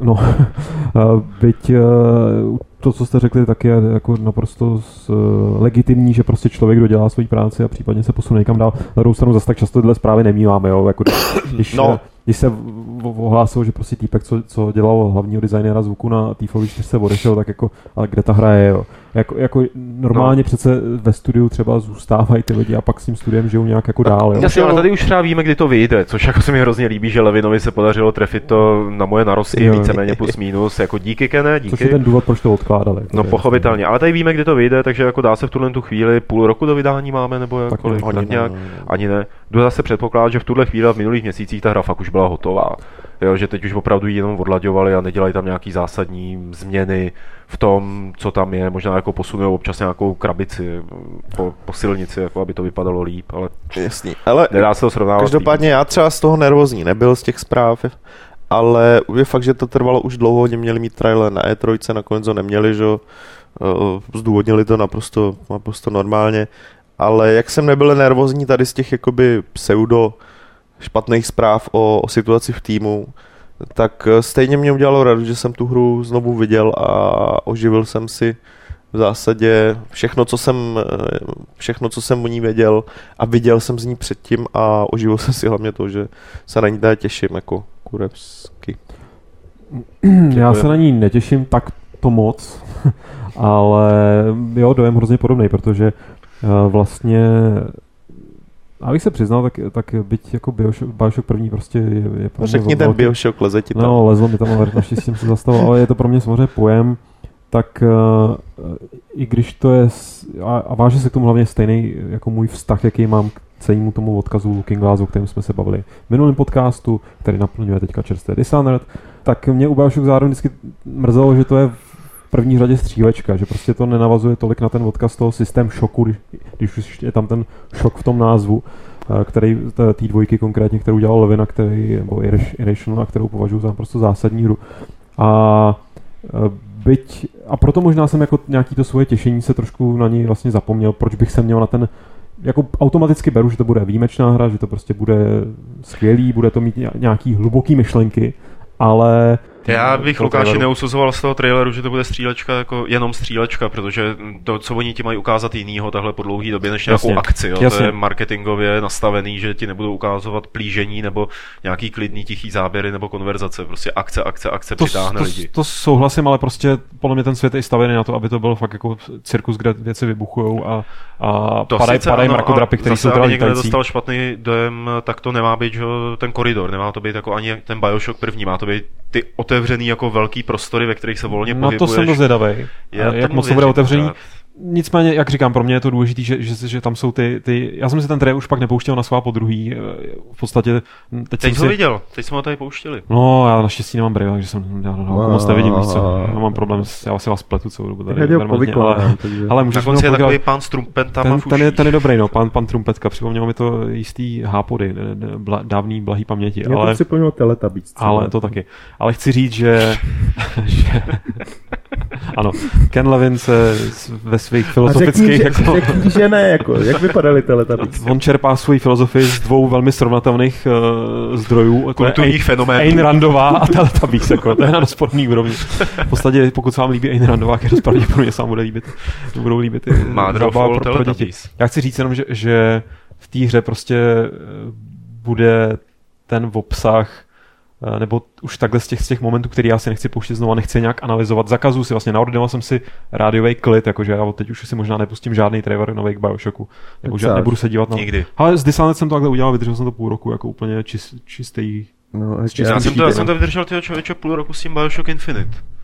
Byť to, co jste řekli, tak je jako naprosto legitimní, že prostě člověk dodělá svoji práci a případně se posune někam dál. Na druhou stranu zase tak často tyhle zprávy nemíváme, jo, jako když se ohlásilo, že prostě týpek, co dělal hlavního designéra zvuku na Tifovi 4 odešel, tak jako, ale kde ta hra je, jo. Jako normálně přece ve studiu třeba zůstávají ty lidi a pak s tím studiem žijou nějak jako dál, jo. Jasně, ale tady už třeba víme, kdy to vyjde, což jako se mi hrozně líbí, že Levinovi se podařilo trefit to na moje narosty víceméně plus minus, jako díky Kene, díky. Což je ten důvod, proč to odkládali. No pochopitelně, ale tady víme, kdy to vyjde, takže jako dá se v tuhle tu chvíli půl roku do vydání máme, nebo jakkoliv, tak nějak, ani ne. Jdu zase předpokládat, že v tuhle chvíli v minulých měsících ta hra fakt už byla hotová. Jo, že teď už opravdu jenom odlaďovali a nedělají tam nějaký zásadní změny v tom, co tam je, možná jako posunou občas nějakou krabici po silnici, jako aby to vypadalo líp, ale jasný, ale nedá se to srovnávat. Každopádně já třeba z toho nervózní nebyl z těch zpráv, ale je fakt, že to trvalo už dlouho, oni měli mít trailer na E3, nakonec ho neměli, že zdůvodnili to naprosto normálně, ale jak jsem nebyl nervózní tady z těch jakoby pseudo špatných zpráv o situaci v týmu, tak stejně mě udělalo radost, že jsem tu hru znovu viděl a oživil jsem si v zásadě všechno, co jsem o ní věděl a viděl jsem z ní předtím a oživil jsem si hlavně to, že se na ní tady těším jako kurevsky. Já se na ní netěším tak to moc, ale jo, dojem hrozně podobný, protože vlastně abych se přiznal, tak byť jako Bioshock první prostě je pro mě řekni ten Bioshock, leze ti tam. No, lezlo mi tam, ale naštěstí jsem se zastavil, ale je to pro mě samozřejmě pojem, tak i když to je, a váže se k tomu hlavně stejný jako můj vztah, jaký mám k celému tomu odkazu Looking Glass, o kterém jsme se bavili v minulém podcastu, který naplňuje teďka čerstvé Dishonored, tak mě u Bioshock zároveň vždycky mrzelo, že to je v první řadě střílečka, že prostě to nenavazuje tolik na ten odkaz toho systém šoku, když už je tam ten šok v tom názvu, který té dvojky konkrétně, kterou dělal Levina, nebo Irrational, kterou považuji za prostě zásadní hru. A proto možná jsem jako nějaký to svoje těšení se trošku na ní vlastně zapomněl, proč bych se měl na ten, jako automaticky beru, že to bude výjimečná hra, že to prostě bude skvělý, bude to mít nějaký hluboký myšlenky, ale já bych, Lukáši, neusuzoval z toho traileru, že to bude střílečka, jako jenom střílečka, protože to, co oni ti mají ukázat jinýho tahle po dlouhý době než nějakou akci, jo? To je marketingově nastavený, že ti nebudou ukázovat plížení nebo nějaký klidný tichý záběry nebo konverzace, prostě akce přitáhne lidi. To souhlasím, ale prostě podle mě ten svět je stavěný na to, aby to byl fakt jako cirkus, kde věci vybuchujou a padají mrakodrapy, které jsou teda někde dostal špatný dojem, tak to nemá být, že ten koridor, nemá to být jako ani ten Bioshock první, má to být ty otevřený jako velký prostory, ve kterých se volně pohybuješ. No to jsem dost zvědavej. Jak moc to bude otevřený. Nicméně, jak říkám, pro mě je to důležité, že tam jsou ty... Já jsem si ten trailer už pak nepouštěl na svá podruhý. V podstatě... Teď jsem viděl, teď jsme ho tady pouštěli. No, já naštěstí nemám brýle, takže jsem moc nevidím, víš co. Já mám problém, já si vás pletu celou dobu tady. Ale můžu si je takový pán s trumpetama v uších. Ten je dobrý, no, pán trumpetka. Připomnělo mi to jistý hápody, dávný blahý paměti. Mě to připomnělo Teletubbies. Ale to taky. Ale chci říct, že ano, Ken Levin se ve svých filozofických... Řekni, že ne, jako, jak vypadaly Teletubbies? On čerpá svoji filozofii z dvou velmi srovnatelných zdrojů. Kulturních fenoménů. Ayn Randová a Teletubbies, jako, to je na dosporný úrovni. V podstatě, pokud se vám líbí Ayn Randová, který pravděpodobně sám budou líbit pro děti. Já chci říct jenom, že v té hře prostě bude ten obsah nebo už takhle z těch momentů, který já si nechci pouštět znovu, nechci nějak analyzovat. Zakazuju si vlastně, naordinoval jsem si rádiový klid, jakože já teď už si možná nepustím žádný trailer nový k Bioshocku. Nebudu se dívat na... Nikdy. Ale s Dishonored jsem to takhle udělal, vydržel jsem to půl roku jako úplně čistý. No, já jsem to vydržel tyho člověče půl roku s tím Bioshock Infinite.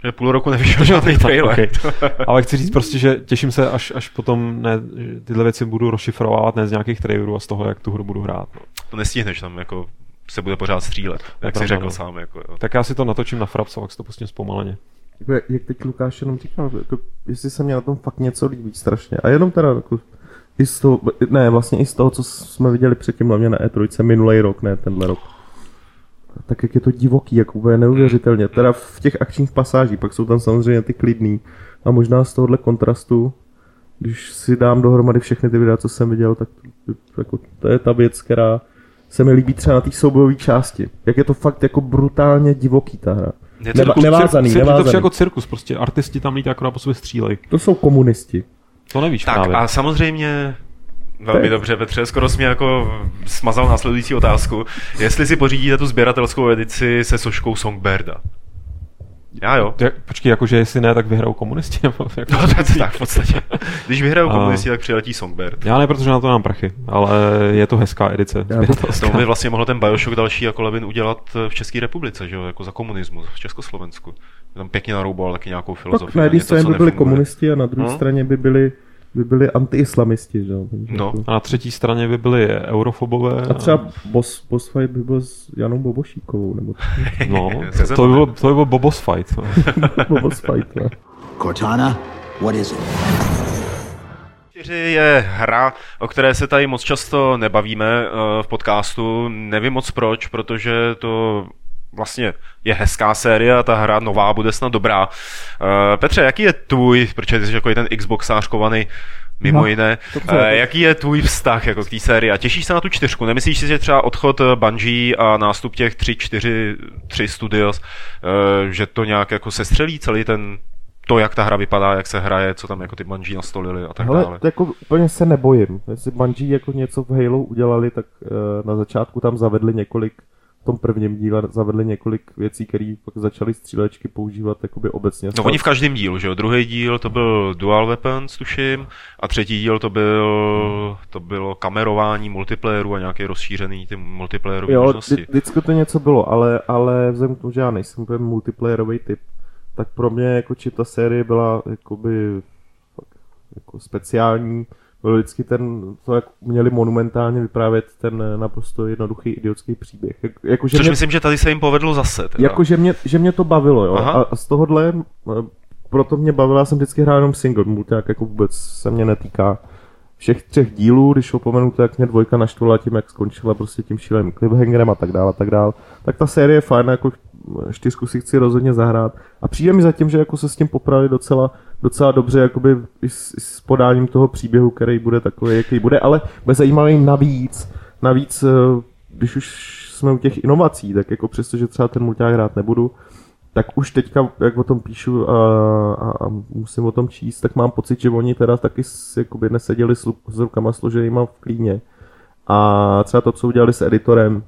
Že půl roku nevyšel žádný trailer. Okay. Ale chci říct prostě, že těším se, až potom tyhle věci budu rozšifrovávat ne z nějakých trailerů a z toho, jak tu hru budu hrát. No. To nestihneš, tam jako se bude pořád střílet, jak jsi řekl sám. Jako, jo. Tak já si to natočím na Fraps a pak si to pustím zpomaleně. Jak teď Lukáš jenom říkal, jako, jestli se mě na tom fakt něco líbí strašně. A jenom teda jako, i z toho, vlastně i z toho, co jsme viděli předtím, hlavně na E3 minulý rok, ne tenhle rok. Tak jak je to divoký, jak úplně neuvěřitelně. Teda v těch akčních pasážích, pak jsou tam samozřejmě ty klidný. A možná z tohohle kontrastu, když si dám dohromady všechny ty videa, co jsem viděl, tak jako, to je ta věc, která se mi líbí třeba na té soubojové části. Jak je to fakt jako brutálně divoký ta hra. Nevázaný. Je to jako cirkus, prostě artisti tam lítí akorát po sobě střílej. To jsou komunisti. To nevíš tak právě. A samozřejmě velmi dobře, Petře, skoro jsi mě jako smazal následující otázku. Jestli si pořídíte tu sběratelskou edici se soškou Songbirda. Já jo. Počkej, jakože jestli ne, tak vyhrajou komunisti? Nebo jako tak v podstatě. Když vyhrajou komunisti, tak přiletí Songbird. Já ne, protože na to mám prachy, ale je to hezká edice. To by vlastně mohl ten Bioshock další jako Levin udělat v České republice, že jo, jako za komunismus, v Československu. Tam pěkně naroubal taky nějakou filozofii. Tak na jedné straně by byli komunisti a na druhé straně by byli anti-islamisti, že jo. No. A na třetí straně by byli eurofobové. A třeba boss fight by byl s Janou Bobošíkovou, nebo no, to by byl Bobos fight. Bobos fight, no. Cortana, what is it? 4 je hra, o které se tady moc často nebavíme v podcastu. Nevím moc proč, protože to vlastně je hezká série a ta hra nová bude snad dobrá. Petře, jaký je tvůj, protože ty jsi jako ten Xboxář kovaný mimo jiné, jaký je tvůj vztah jako k té sérii a těšíš se na tu 4? Nemyslíš si, že třeba odchod Bungie a nástup těch 3 studios, že to nějak jako sestřelí celý to, jak ta hra vypadá, jak se hraje, co tam jako ty Bungie nastolili a tak dále. Ale jako úplně se nebojím. Jestli Bungie jako něco v Halo udělali, tak na začátku tam zavedli v tom prvním díle zavedli několik věcí, které pak začaly střílečky používat jakoby obecně. No oni v každém dílu, že jo? Druhý díl to byl Dual Weapons, tuším, a třetí díl to bylo kamerování multiplayeru a nějaké rozšířený ty multiplayerové možnosti. Vždycky to něco bylo, ale vzhledem k tomu, že já nejsem úplně multiplayerový typ, tak pro mě jako ta série byla jakoby jako speciální. Byl vždycky to jak měli monumentálně vyprávět ten naprosto jednoduchý idiotský příběh. Což myslím, že tady se jim povedlo zase. Teda. Jako, že mě to bavilo, jo. A z tohohle, proto mě bavilo, já jsem vždycky hrál jenom single, multiák jako vůbec se mě netýká všech 3 dílů, když opomenu to, jak mě 2 naštvala tím, jak skončila prostě tím šíleným cliffhangerem a tak dále, tak ta série je fajn, jako 4 si chci rozhodně zahrát a přijde mi zatím, že jako se s tím poprali docela dobře, jakoby i s podáním toho příběhu, který bude takový, jaký bude, ale bude zajímavý navíc, když už jsme u těch inovací, tak jako přesto, že třeba ten multiák hrát nebudu, tak už teďka, jak o tom píšu a musím o tom číst, tak mám pocit, že oni teda taky jakoby neseděli s rukama složenýma v klíně. A třeba to, co udělali s editorem,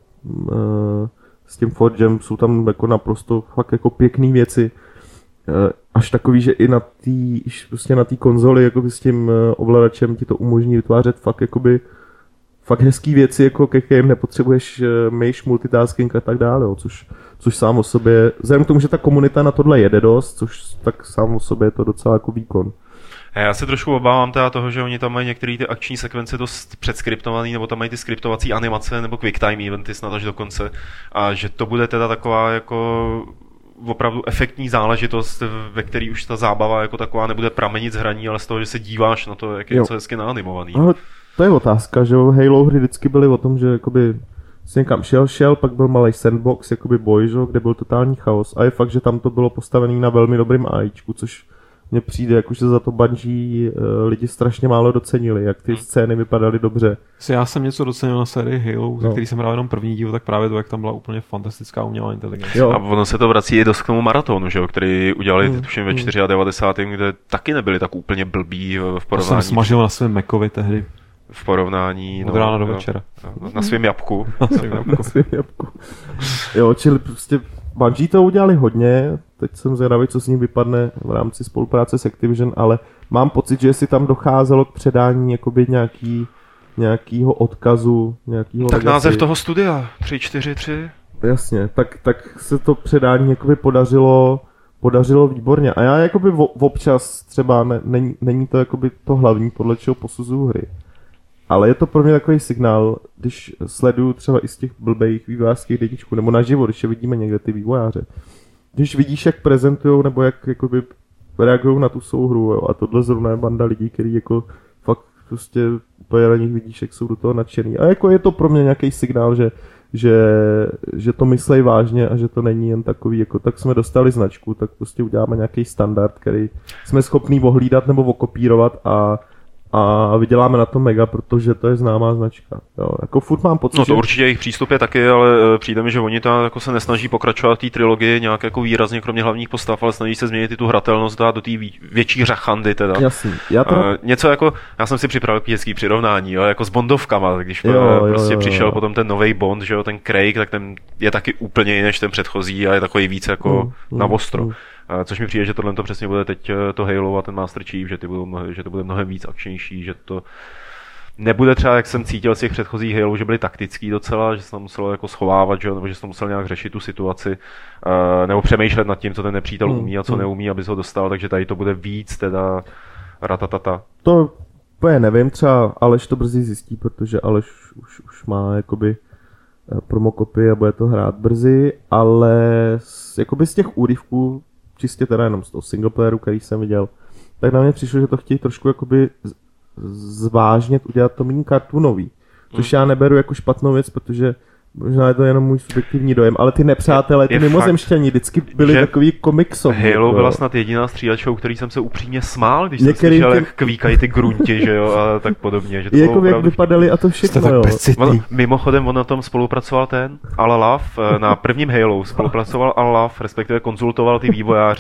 s tím Forgem, jsou tam jako naprosto fakt jako pěkný věci. Až takový, že i na té konzoli jako s tím ovladačem ti to umožní vytvářet fakt hezký věci, jako ke kterým nepotřebuješ myš, multitasking a tak dále, což sám o sobě, vzhledem k tomu, že ta komunita na tohle jede dost, tak sám o sobě je to docela jako výkon. Já se trošku obávám teda toho, že oni tam mají některé ty akční sekvence dost předskriptovaný, nebo tam mají ty skriptovací animace, nebo quick time eventy snad až do konce, a že to bude teda taková jako opravdu efektní záležitost, ve který už ta zábava jako taková nebude pramenit z hraní, ale z toho, že se díváš na to, jak je něco hezky naanimovaný. No, to je otázka, že Halo hry vždycky byly o tom, že jakoby jsi někam šel, pak byl malý sandbox, jakoby boj, kde byl totální chaos a je fakt, že tam to bylo postavené na velmi dobrým AIčku, což mně přijde, jakože za to Bungie lidi strašně málo docenili, jak ty scény vypadaly dobře. Já jsem něco docenil na sérii Halo, ze který jsem hrál jenom první díl, tak právě to, jak tam byla úplně fantastická umělá inteligence. Jo. A ono se to vrací i dost k tomu maratonu, že jo, který udělali tuším ve 94. kde taky nebyli tak úplně blbí v porovnání. To jsem smažil na svém Macovi tehdy. V porovnání od rána do večera. Na svém jabku. Na svém jabku. Jo, čili prostě Bungie to udělali hodně, teď jsem zvědavý, co s ním vypadne v rámci spolupráce s Activision, ale mám pocit, že si tam docházelo k předání jakoby nějakýho odkazu, nějakýho tak legacy. Název toho studia, 343. Jasně, tak se to předání jakoby podařilo podařilo výborně. A já jakoby občas třeba není to jakoby to hlavní, podle čeho posuzuju hry. Ale je to pro mě takový signál, když sleduju třeba i z těch blbejch vývojářských deníčků, nebo naživo, když je vidíme někde ty vývojáře. Když vidíš, jak prezentujou, nebo jak jakoby reagují na tu souhru, jo, a tohle zrovna je banda lidí, který jako fakt prostě úplně na nich vidíš, jak jsou do toho nadšený. A jako je to pro mě nějaký signál, že to myslej vážně a že to není jen takový, jako tak jsme dostali značku, tak prostě uděláme nějaký standard, který jsme schopní ohlídat nebo okopírovat a vyděláme na to mega, protože to je známá značka. Jo, jako furt mám pocit, no to určitě jejich přístup je taky, ale přijde mi, že oni to jako se nesnaží pokračovat té trilogii nějak jako výrazně, kromě hlavních postav, ale snaží se změnit i tu hratelnost, dát do té větší řachandy teda. Jasný. Něco jako, já jsem si připravil hezký přirovnání, jo, jako s Bondovkama, když přišel potom ten nový Bond, že jo, ten Craig, tak ten je taky úplně jiný než ten předchozí a je takový víc jako na ostro. Což mi přijde, že tohle to přesně bude teď to Halo a ten Master Chief, že to bude mnohem víc akčnější, že to nebude třeba, jak jsem cítil z těch předchozích Halo, že byly taktický docela, že se tam muselo jako schovávat, že? Nebo že se tam musel nějak řešit tu situaci, nebo přemýšlet nad tím, co ten nepřítel umí a co neumí, aby se ho dostal, takže tady to bude víc teda ratatata. To úplně nevím, třeba Aleš to brzy zjistí, protože Aleš už má jakoby promokopy a bude to hrát brzy, ale jakoby z těch úryvků, čistě teda jenom z toho singleplayeru, který jsem viděl, tak na mě přišlo, že to chtějí trošku jakoby zvážnět, udělat to méně kartunový. Což já neberu jako špatnou věc, protože možná je to jenom můj subjektivní dojem, ale ty nepřátelé, ty mimozemšťaní vždycky byli takový komiksový. Halo byla snad jediná střílečkou, který jsem se upřímně smál, když jsem slyšel, jak kvíkají ty grunti, že jo, a tak podobně. Že to jako jak vypadaly a to všechno, jo. Mimochodem on na tom spolupracoval ten Ala Love, na prvním Halo spolupracoval Ala Love, respektive konzultoval ty vývojáře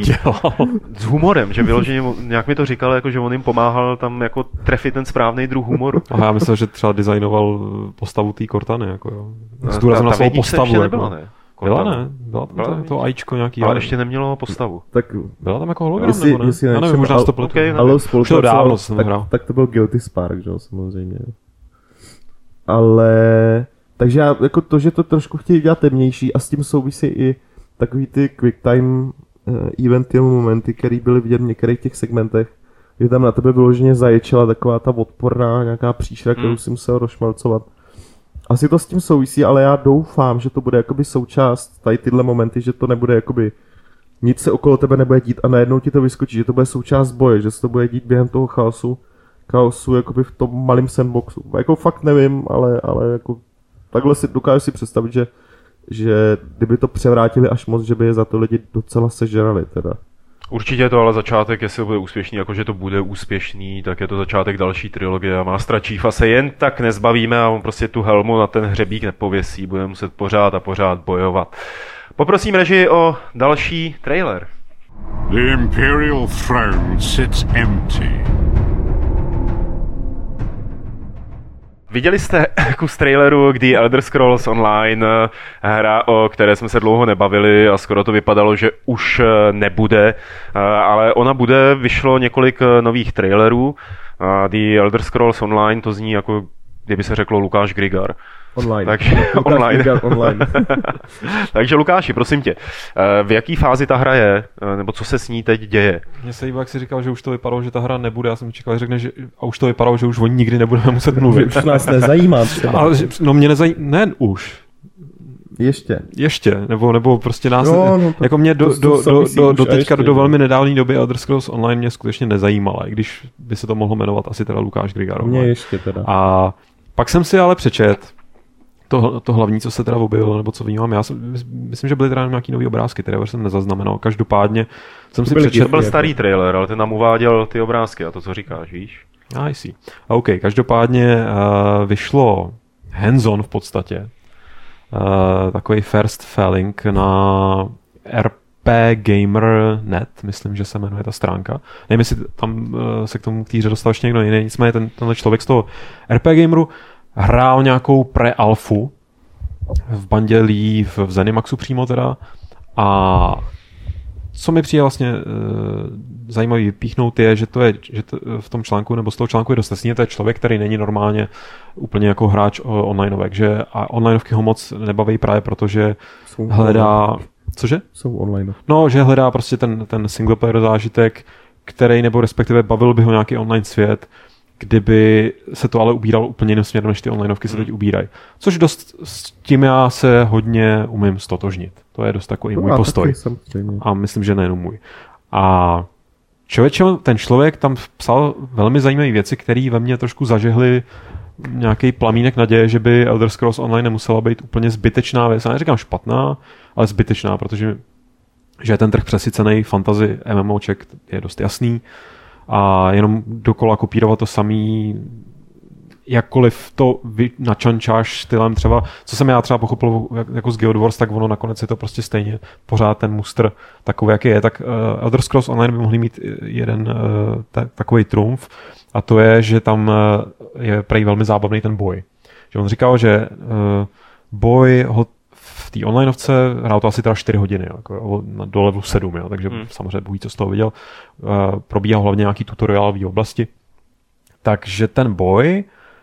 s humorem, že vyloženě nějak mi to říkal, jako, že on jim pomáhal tam jako trefit ten správný druh humoru. Aha, já myslel, že třeba designoval postavu té Cortany, jako jo. Zdůraznil na svou postavu. Nebyla, ne? Byla, ne? Byla tam to AIčko nějaký. Ale ještě nemělo postavu. Tak byla tam jako hologram, nebo ne? Já nevím, možná to pletu. Už to dávno jsem hrál. Tak to byl Guilty Spark, že jo, samozřejmě. Ale... Takže já, jako to, že to trošku chtějí dělat temnější a s tím souvisí i takový ty quick time eventy momenty, které byly vidět v některých těch segmentech, kdy tam na tebe vyloženě zaječela taková ta odporná nějaká příšera, kterou si musel rozšmalcovat. Asi to s tím souvisí, ale já doufám, že to bude jakoby součást tady tyhle momenty, že to nebude jakoby nic se okolo tebe nebude dít a najednou ti to vyskočí, že to bude součást boje, že se to bude dít během toho chaosu jakoby v tom malém sandboxu. Jako fakt nevím, ale jako takhle si dokážu si představit, že kdyby to převrátili až moc, že by je za to lidi docela sežrali teda. Určitě je to ale začátek, jestli bude úspěšný, jakože to bude úspěšný, tak je to začátek další trilogie a Mastera Chiefa se jen tak nezbavíme a on prostě tu helmu na ten hřebík nepověsí, bude muset pořád a pořád bojovat. Poprosím režii o další trailer. The Imperial throne sits empty. Viděli jste kus traileru k The Elder Scrolls Online, hra, o které jsme se dlouho nebavili a skoro to vypadalo, že už nebude, ale ona bude, vyšlo několik nových trailerů. The Elder Scrolls Online, to zní jako kdyby se řeklo Lukáš Grigar. Online. Takže online. Takže Lukáši, prosím tě, v jaký fázi ta hra je, nebo co se s ní teď děje? Mně se líbí, jak jsi říkal, že už to vypadalo, že ta hra nebude, já jsem čekal, že řekne, že a už to vypadalo, že už o ní nikdy nebudeme muset mluvit. Už nás nezajímá třeba. Ale, no mě nezajímá, ne už. Ještě, nebo prostě nás, jako mě do teďka do velmi nedávné doby Elder Scrolls Online mě skutečně nezajímala, i když by se to mohlo jmenovat asi teda Lukáš Grigar. Mě ještě teda. A pak jsem si ale přečet to hlavní, co se teda objevilo, nebo co vnímám. Já myslím, že byly teda nějaký nový obrázky, které jsem nezaznamenal. Každopádně jsem si přečet. To byl starý trailer, ale ten nám uváděl ty obrázky a to, co říkáš, víš? I see. OK, každopádně vyšlo hands-on v podstatě. Takový first felling na rpgamer.net, myslím, že se jmenuje ta stránka. Nevím, jestli tam se k tomu k týře dostal ještě někdo jiný, nicméně tenhle člověk z toho rpgameru hrál nějakou pre-alfu v bandě Lee v Zenimaxu přímo teda a co mi přijde vlastně zajímavý vypíchnout je, že to v tom článku nebo z toho článku je dost jasný, to je člověk, který není normálně úplně jako hráč onlineovek, že a onlineovky ho moc nebaví právě protože hledá Cože? Jsou online. No, že hledá prostě ten single player zážitek, který nebo respektive bavil by ho nějaký online svět, kdyby se to ale ubíralo úplně jiným směrem, než ty onlineovky se teď ubírají. Což dost s tím já se hodně umím stotožnit. To je dost takový můj postoj. A myslím, že nejenom můj. A ten člověk tam psal velmi zajímavé věci, které ve mně trošku zažehly nějaký plamínek naděje, že by Elder Scrolls Online nemusela být úplně zbytečná věc. Já neříkám špatná, ale zbytečná, protože že je ten trh přesycený fantasy MMOček je dost jasný a jenom dokola kopírovat to samý, jakkoliv to načančáš stylem třeba, co jsem já třeba pochopil jako z Guild Wars, tak ono nakonec je to prostě stejně pořád ten mustr takový, jaký je. Tak Elder Scrolls Online by mohli mít jeden takový trumf a to je, že tam je prej velmi zábavný ten boj. Že on říkal, že boj ho v té onlineovce hrál to asi teda 4 hodiny, jako do levelu 7, jo, takže samozřejmě Bůh co z toho viděl. Probíhá hlavně nějaký tutoriál v oblasti. Takže ten boj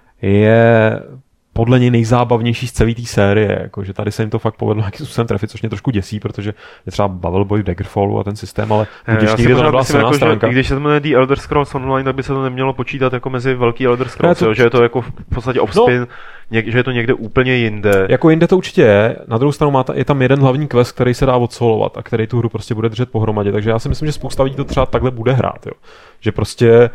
je podle něj nejzábavnější z celé té série, jakože tady se jim to fakt povedlo nějakým způsobem trefit, což mě trošku děsí, protože je třeba bavil boj v Daggerfallu a ten systém, ale když nikdy to nebyla silná stránka. I když se to jmenuje The Elder Scrolls Online, tak by se to nemělo počítat jako mezi velký Elder Scrolls, že je to jako v podstatě offspin, že je to někde úplně jinde. Jako jinde to určitě je, na druhou stranu je tam jeden hlavní quest, který se dá odsolovat a který tu hru prostě bude držet pohromadě, takže já si myslím, že spousta lidí to třeba takhle bude hrát, jo. Že prostě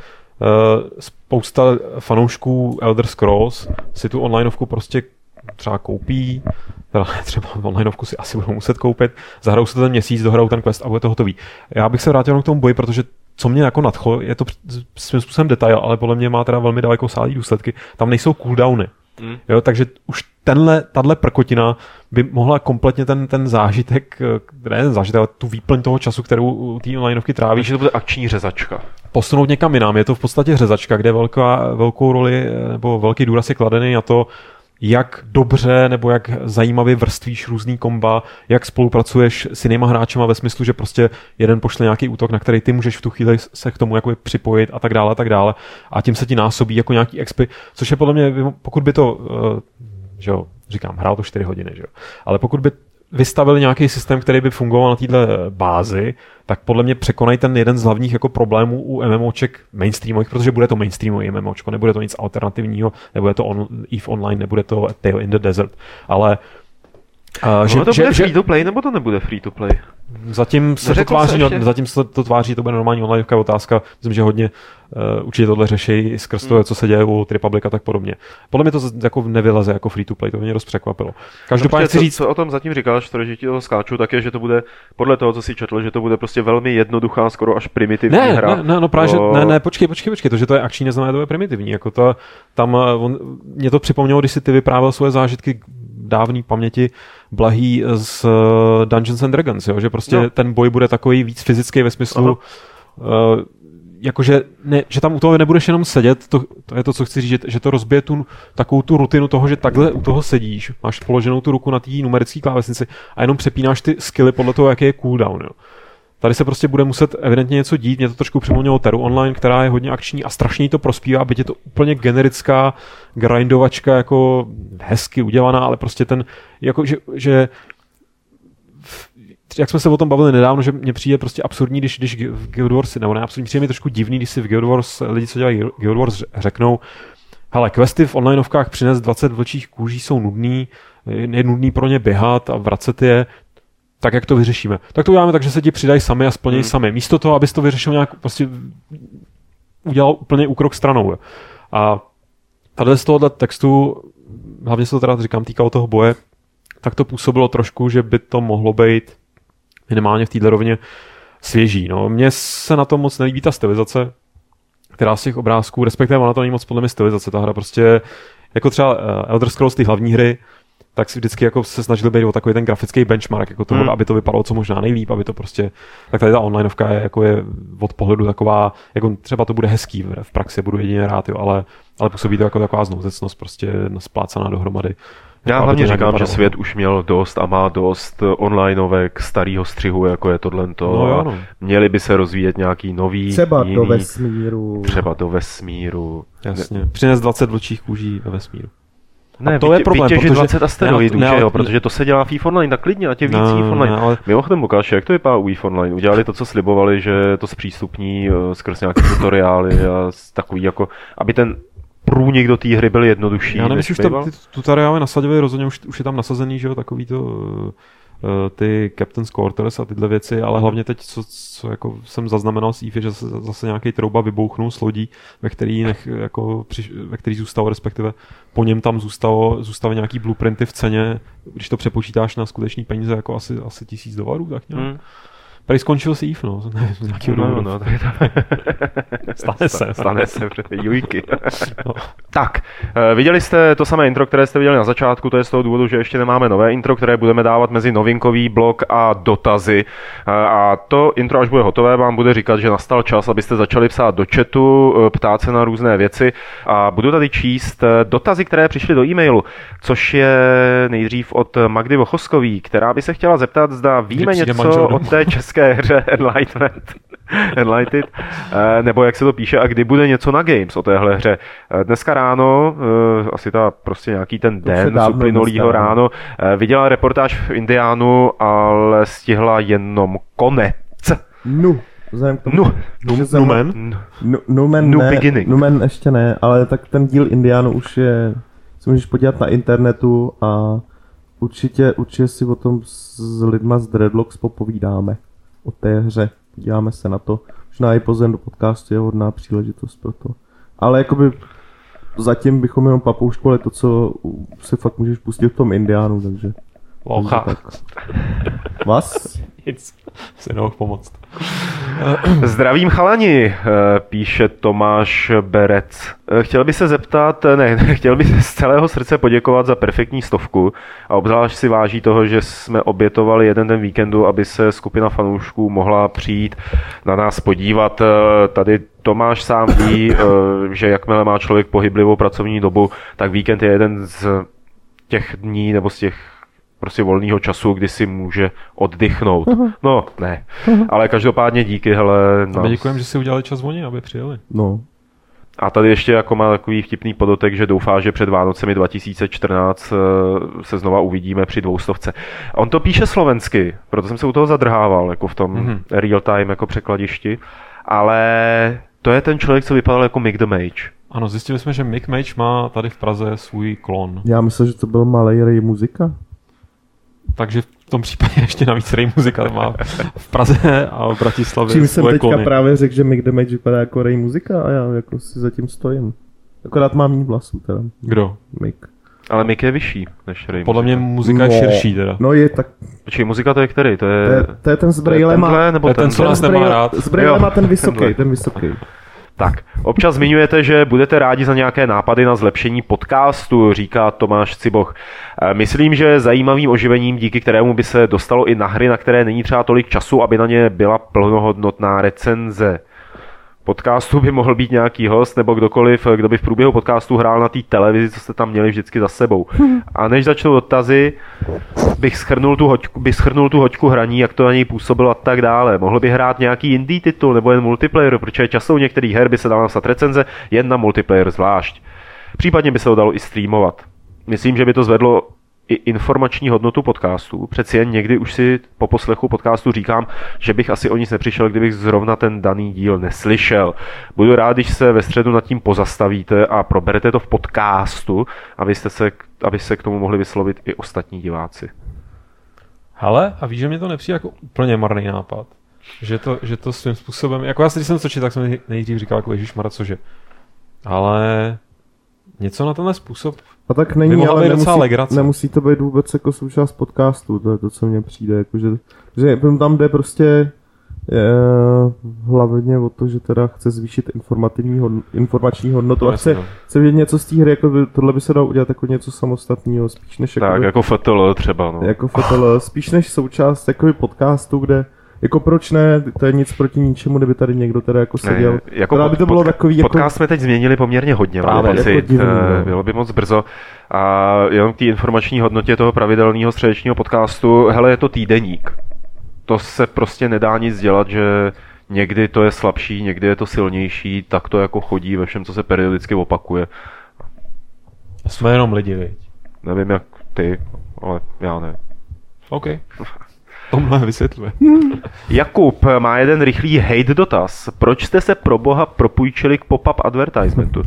spousta fanoušků Elder Scrolls si tu onlineovku prostě třeba koupí, teda třeba onlineovku si asi budou muset koupit, zahrajou se to ten měsíc, dohrajou ten quest a bude to hotový. Já bych se vrátil k tomu boji, protože co mě jako nadchlo, je to svým způsobem detail, ale podle mě má teda velmi dalekosáhlý důsledky. Tam nejsou cooldowny. Jo, takže už tahle prkotina by mohla kompletně ten zážitek, ne ten zážitek, ale tu výplň toho času, kterou u té onlineovky trávíš. Takže to bude akční řezačka. Posunout někam jinam. Je to v podstatě řezačka, kde velkou roli nebo velký důraz je kladený na to, jak dobře nebo jak zajímavě vrstvíš různý komba, jak spolupracuješ s jinýma hráčema ve smyslu, že prostě jeden pošle nějaký útok, na který ty můžeš v tu chvíli se k tomu jakoby připojit a tak dále a tím se ti násobí jako nějaký expy, což je podle mě, pokud by to, že jo, říkám, hrál to 4 hodiny, že jo, ale pokud by vystavili nějaký systém, který by fungoval na této bázi, tak podle mě překonají ten jeden z hlavních jako problémů u MMOček mainstreamových, protože bude to mainstreamový MMOčko, nebude to nic alternativního, nebude to EVE Online, nebude to Tale in the Desert, ale to bude free to play, nebo to nebude free to play? Zatím se to tváří, to bude normální online otázka. Myslím, že hodně určitě tohle řeší skrz toho, co se děje u Republic a tak podobně. Podle mě to jako nevyleze jako free to play, to mě dost překvapilo. Každopádně chci říct, co o tom zatím říkáš, že ti toho skáču, tak je, že to bude podle toho, co jsi četl, že to bude prostě velmi jednoduchá, skoro až primitivní hra. No právě, počkej, to, že to je akční, neznamená, že to je primitivní. Jako mě to připomnělo, když si ty vyprávěl svoje zážitky dávný paměti blahý z Dungeons and Dragons, jo? Že prostě ten boj bude takový víc fyzický ve smyslu, jakože že tam u toho nebudeš jenom sedět, to je to, co chci říct, že to rozbije takovou tu rutinu toho, že takhle u toho sedíš, máš položenou tu ruku na té numerické klávesnici a jenom přepínáš ty skilly podle toho, jaký je cooldown. Jo? Tady se prostě bude muset evidentně něco dít. Mě to trošku připomnělo Teru Online, která je hodně akční a strašně jí to prospívá, byť je to úplně generická grindovačka, jako hezky udělaná, ale prostě jako že jak jsme se o tom bavili nedávno, že mně přijde prostě absurdní, když v Guild Wars, nebo ne absurdní, přijde mi trošku divný, když si v Guild Wars lidi, co dělají Guild Wars, řeknou, hele, questy v onlineovkách přines 20 vlčích kůží jsou nudný, je nudný pro ně běhat a vracet je, tak jak to vyřešíme? Tak to uděláme tak, že se ti přidají sami a splnějí sami. Místo toho, abys to vyřešil nějak, prostě udělal úplně úkrok stranou. A tady z tohohle textu, hlavně se to teda říkám, týkalo toho boje, tak to působilo trošku, že by to mohlo být minimálně v této rovině svěží. No, mně se na to moc nelíbí ta stylizace, která z těch obrázků, respektive ona to není moc podle mě stylizace, ta hra prostě, jako třeba Elder Scrolls, ty hlavní hry, tak si vždycky jako se snažili být o takový ten grafický benchmark, jako toho, aby to vypadalo co možná nejlíp, aby to prostě, tak tady ta onlineovka je od pohledu taková, jako třeba to bude hezký, v praxi budu jedině rád, jo, ale působí to jako taková znouzecnost, prostě splácaná dohromady. Já hlavně říkám, že svět už měl dost a má dost onlineovek starého střihu, jako je tohleto. No. Měli by se rozvíjet nějaký nový, třeba jiný, do vesmíru. Třeba do vesmíru. Jasně. Přines 20 vlčích kůží ve vesmíru. Ne, to je problém, vytěžit 20 asteroidů, že jo, protože to se dělá v EVE Online, tak klidně, ať je víc EVE Online. ale... Mimochodem, Lukáš, jak to vypadá u EVE Online? Udělali to, co slibovali, že to zpřístupní skrz nějaké tutoriály a takový jako, aby ten průnik do té hry byl jednodušší. Já nevím, jestli už tam ty tutoriály nasadili, rozhodně už je tam nasazený, že jo, takový to ty Captain's Quarters a tyhle věci, ale hlavně teď, co jako jsem zaznamenal z EVE, že zase nějaký trouba vybouchnul s lodí, ve který zůstalo, respektive po něm tam zůstaly nějaký blueprinty v ceně, když to přepočítáš na skutečný peníze, jako asi $1000, tak nějak. Tady skončil si EVE, no, z nějakého důvodu. No, Stane se. Jujky. No. Tak, viděli jste to samé intro, které jste viděli na začátku, to je z toho důvodu, že ještě nemáme nové intro, které budeme dávat mezi novinkový blok a dotazy. A to intro, až bude hotové, vám bude říkat, že nastal čas, abyste začali psát do chatu, ptát se na různé věci a budu tady číst dotazy, které přišly do e-mailu, což je nejdřív od Magdy Vochoskový, která by se chtěla zeptat, zda víme něco o té české hře Enlighted, nebo jak se to píše, a kdy bude něco na Games o téhle hře. Dneska ráno, asi prostě nějaký ten den z uplynulýho ráno, viděla reportáž v Indiánu, ale stihla jenom konec. Numen ještě ne, ale tak ten díl Indiánu už je, se můžeš podívat na internetu a určitě si o tom s lidma z Dreadlocks popovídáme. O té hře. Podíváme se na to. Možná i pozem do podcastu je hodná příležitost pro to. Ale jakoby zatím bychom jenom papouškovali to, co si fakt můžeš pustit v tom Indiánu, takže... Locha. Vás? Nic. Si nemohl pomoct. Zdravím chalani, píše Tomáš Berec. Chtěl bych se zeptat, chtěl bych z celého srdce poděkovat za perfektní 100 a obzvlášť si váží toho, že jsme obětovali jeden den víkendu, aby se skupina fanoušků mohla přijít na nás podívat. Tady Tomáš sám ví, že jakmile má člověk pohyblivou pracovní dobu, tak víkend je jeden z těch dní nebo z těch prostě volného času, kdy si může oddychnout. No, ne. Ale každopádně díky, hele. My děkujeme, že si udělali čas oni, aby přijeli. No. A tady ještě jako má takový vtipný podotek, že doufá, že před Vánocemi 2014 se znova uvidíme při 200. On to píše slovensky, proto jsem se u toho zadrhával, jako v tom real time jako překladišti. Ale to je ten člověk, co vypadal jako Mick the Mage. Ano, zjistili jsme, že Mick Mage má tady v Praze svůj klon. Já myslím, že to byl malej Ray Muzika. Takže v tom případě ještě navíc Ray Muzika má v Praze a v Bratislavě. Čím jsem teďka právě řekl, že Mick the Mage vypadá jako Ray Muzika a já jako si zatím stojím. Akorát mám méně vlasů teda. Kdo? Mick. Ale Mick je vyšší než Ray. Podle mě muzika je širší teda. No je tak... Počkej, muzika to je který? To je ten s brejlema. Nebo ten, co nás nemá rád. S brejlema ten vysoký. Tak, občas zmiňujete, že budete rádi za nějaké nápady na zlepšení podcastu, říká Tomáš Ciboch. Myslím, že zajímavým oživením, díky kterému by se dostalo i na hry, na které není třeba tolik času, aby na ně byla plnohodnotná recenze. Podcastu by mohl být nějaký host nebo kdokoliv, kdo by v průběhu podcastu hrál na té televizi, co jste tam měli vždycky za sebou. A než začnou dotazy, bych schrnul tu hoďku hraní, jak to na něj působilo a tak dále. Mohl by hrát nějaký indie titul nebo jen multiplayer, protože časou některých her by se dalo napsat recenze, jen na multiplayer zvlášť. Případně by se ho dalo i streamovat. Myslím, že by to zvedlo i informační hodnotu podcastu. Přeci jen někdy už si po poslechu podcastu říkám, že bych asi o nic nepřišel, kdybych zrovna ten daný díl neslyšel. Budu rád, když se ve středu nad tím pozastavíte a proberete to v podcastu, aby se k tomu mohli vyslovit i ostatní diváci. Hele, a víš, že mě to nepřijde jako úplně marný nápad. Že to svým způsobem, jako já když jsem to četl, tak jsem nejdřív říkal jako ježišmarja, cože. Ale něco na tenhle způsob a tak není, ale nemusí to být vůbec jako součást podcastu, to je to, co mně přijde, jakože, že tam jde prostě hlavně o to, že teda chce zvýšit informační hodnotu a chce vidět něco z té hry, jako tohle by se dalo udělat jako něco samostatného, spíš než jako FTL třeba, no. Jako FTL, spíš než součást takový podcastu, kde jako proč ne, to je nic proti ničemu, kdyby tady někdo teda jako seděl. Jako by to bylo takový podcast jsme teď změnili poměrně hodně, bylo by moc brzo. A jenom k té informační hodnotě toho pravidelného středečního podcastu, hele, je to týdeník. To se prostě nedá nic dělat, že někdy to je slabší, někdy je to silnější, tak to jako chodí ve všem, co se periodicky opakuje. Jsme jenom lidi, viď? Nevím jak ty, ale já ne. OK. To mnohé vysvětluje. Jakub má jeden rychlý hate dotaz. Proč jste se pro boha propůjčili k pop-up advertisementu?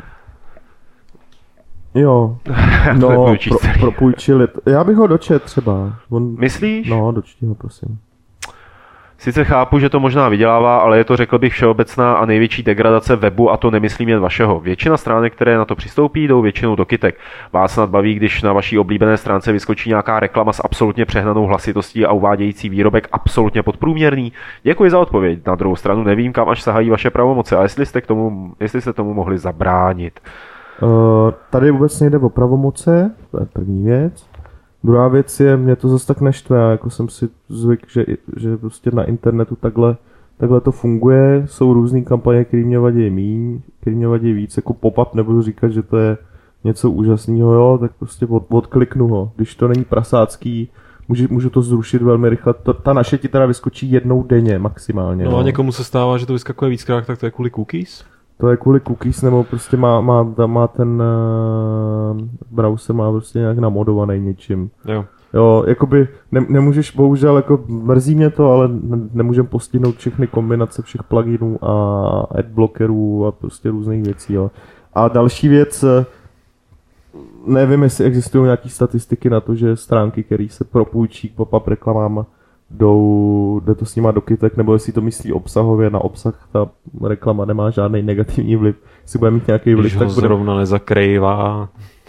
Jo, no, propůjčili. Já bych ho dočet třeba. Myslíš? No, dočti ho, prosím. Sice chápu, že to možná vydělává, ale je to, řekl bych, všeobecná a největší degradace webu a to nemyslím jen vašeho. Většina stránek, které na to přistoupí, jdou většinou do kytek. Vás snad baví, když na vaší oblíbené stránce vyskočí nějaká reklama s absolutně přehnanou hlasitostí a uvádějící výrobek absolutně podprůměrný? Děkuji za odpověď. Na druhou stranu nevím, kam až sahají vaše pravomoci a jestli jste tomu mohli zabránit. Tady vůbec nejde o pravomoce, to je první věc. Druhá věc je, mě to zase tak neštve, já jako jsem si zvyk, že prostě na internetu takhle to funguje, jsou různý kampaně, které mě vadí míň, které mě vadí víc, jako pop-up nebudu říkat, že to je něco úžasného, jo, tak prostě odkliknu ho, když to není prasácký, můžu to zrušit velmi rychle, ta naše ti teda vyskočí jednou denně maximálně. No a někomu se stává, že to vyskakuje víckrát, tak to je kvůli cookies? To je kvůli cookies, nebo prostě má ten browser má prostě nějak namodovaný něčím. Jo, jakoby nemůžeš, bohužel, jako mrzí mě to, ale nemůžem postihnout všechny kombinace všech pluginů a adblockerů a prostě různých věcí, jo. A další věc, nevím, jestli existují nějaké statistiky na to, že stránky, které se propůjčí k pop-up reklamám, jde to s nima do kytek, nebo jestli to myslí obsahově, na obsah ta reklama nemá žádný negativní vliv. Jestli bude mít nějaký vliv, tak bude... zrovna nezakrývá.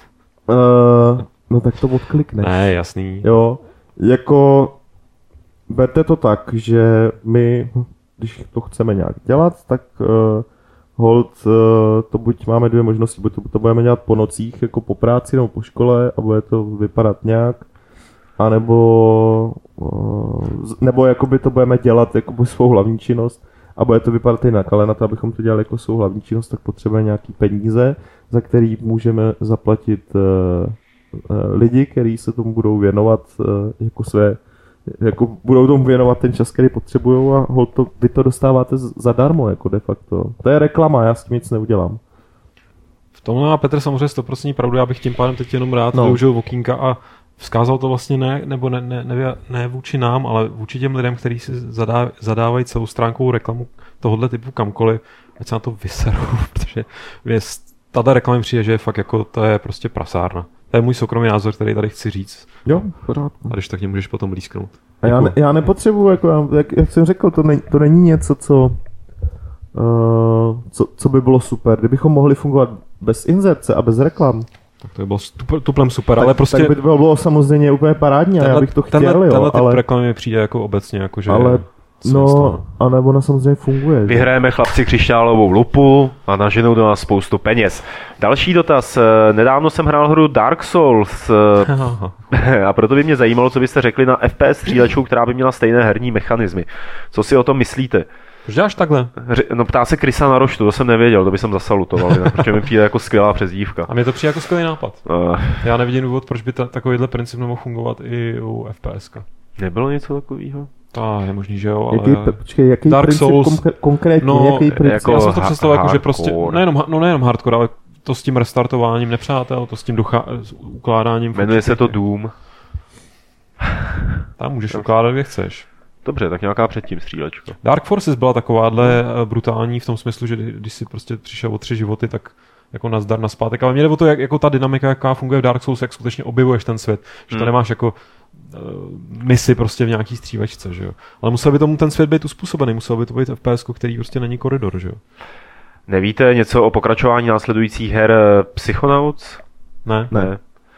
No tak to odklikneš. Ne, jasný. Jo, jako berte to tak, že my, když to chceme nějak dělat, tak hold, to buď máme dvě možnosti, buď to budeme dělat po nocích, jako po práci nebo po škole a bude to vypadat nějak, a nebo jakoby to budeme dělat jako svou hlavní činnost a bude to vypadat jinak, ale na to, abychom to dělali jako svou hlavní činnost, tak potřebujeme nějaký peníze, za který můžeme zaplatit lidi, kteří se tomu budou věnovat jako budou tomu věnovat ten čas, který potřebujou a vy to dostáváte zadarmo, jako de facto. To je reklama, já s tím nic neudělám. V tomhle má Petr samozřejmě 100% pravdu, já bych tím pádem teď jenom rád využil okýnka a vzkázal to vlastně ne vůči nám, ale vůči těm lidem, kteří si zadávají celou stránkovou reklamu tohohle typu kamkoliv, ať se na to vyserou, protože tato reklama mi přijde, že je fakt jako, to je prostě prasárna. To je můj soukromý názor, který tady chci říct. Jo, pořádku. A když tak mě můžeš potom lísknout. A já nepotřebuji, jako jak jsem řekl, to není něco, co by bylo super. Kdybychom mohli fungovat bez inzerce a bez reklam, tak to by bylo tuplem super, ale prostě... Tak by to bylo samozřejmě úplně parádní a já bych to chtěl, jo, ale... typ reklamy mi přijde jako obecně, jakože... Ale, a nebo ona samozřejmě funguje. Vyhrajeme chlapci křišťálovou lupu a naženou do nás spoustu peněz. Další dotaz. Nedávno jsem hrál hru Dark Souls a proto by mě zajímalo, co byste řekli na FPS střílečku, která by měla stejné herní mechanismy. Co si o tom myslíte? Proč děláš takhle? No ptá se Krysa na roštu, to jsem nevěděl, to by jsem zasalutoval, protože mi přijde jako skvělá přezdívka. A mě to přijde jako skvělý nápad. Já nevidím důvod, proč by takovýhle princip nemohl fungovat i u FPSka. Nebylo něco takového? Je možný, že jo, ale... Jaký Dark princip Souls, konkrétně, jaký princip? Jako já jsem to představil jako, že prostě, nejenom hardcore, ale to s tím restartováním nepřátel, to s tím ukládáním... Jmenuje se to Doom. Tam můžeš ukládat, kde chceš. Dobře, tak nějaká předtím střílečka. Dark Forces byla takováhle brutální v tom smyslu, že když si prostě přišel o 3 životy, tak jako nazdar naspátek. Ale mě jde o to, jako ta dynamika, jaká funguje v Dark Souls, jak skutečně objevuješ ten svět. Že to nemáš jako misi prostě v nějaký střívačce, že jo. Ale musel by tomu ten svět být uspůsobený, musel by to být FPS, který prostě není koridor, že jo. Nevíte něco o pokračování následujících her Psychonauts? Ne.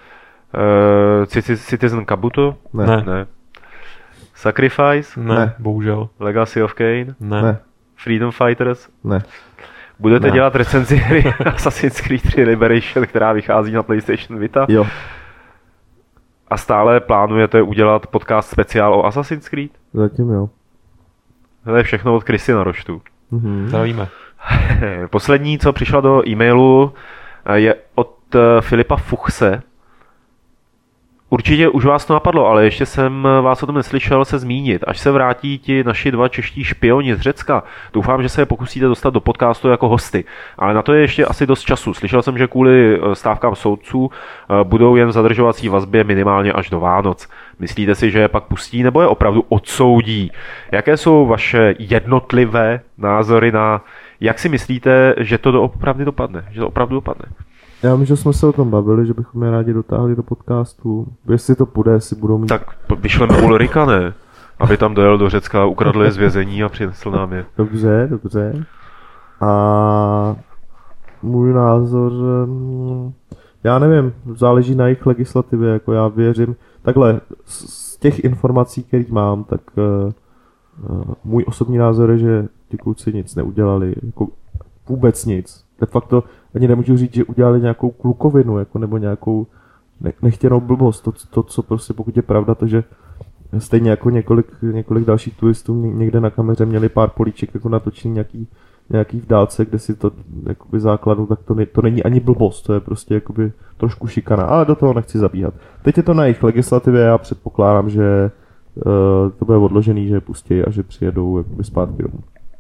Citizen Kabuto? Ne. Sacrifice? Ne, bohužel. Legacy of Kain? Ne. Freedom Fighters? Ne. Budete dělat recenzi hry Assassin's Creed 3 Liberation, která vychází na PlayStation Vita? Jo. A stále plánujete udělat podcast speciál o Assassin's Creed? Zatím jo. To je všechno od Krysy na roštu. Zdravíme. Poslední, co přišlo do e-mailu, je od Filipa Fuchse. Určitě už vás to napadlo, ale ještě jsem vás o tom neslyšel se zmínit. Až se vrátí ti naši 2 čeští špioni z Řecka, doufám, že se je pokusíte dostat do podcastu jako hosty. Ale na to je ještě asi dost času. Slyšel jsem, že kvůli stávkám soudců budou jen v zadržovací vazbě minimálně až do Vánoc. Myslíte si, že je pak pustí nebo je opravdu odsoudí? Jaké jsou vaše jednotlivé názory na, jak si myslíte, že to opravdu dopadne? Já myslím, že jsme se o tom bavili, že bychom je rádi dotáhli do podcastu. Jestli to půjde, jestli budou mít... Tak vyšleme Ulrika, ne? Aby tam dojel do Řecka, ukradl je z vězení a přinesl nám je. Dobře. A můj názor... Já nevím, záleží na jejich legislativě, jako já věřím... Takhle, z těch informací, které mám, tak můj osobní názor je, že ti kluci nic neudělali, jako vůbec nic. De facto ani nemůžu říct, že udělali nějakou klukovinu, jako, nebo nějakou nechtěnou blbost. To, co prostě pokud je pravda, to, že stejně jako několik dalších turistů někde na kameře měli pár políček jako natočený nějaký v dálce, kde si to jakoby základu, tak to není ani blbost, to je prostě jakoby trošku šikana, ale do toho nechci zabíhat. Teď je to na jejich legislativě, já předpokládám, že to bude odložený, že je pustí a že přijedou jakoby zpátky domů.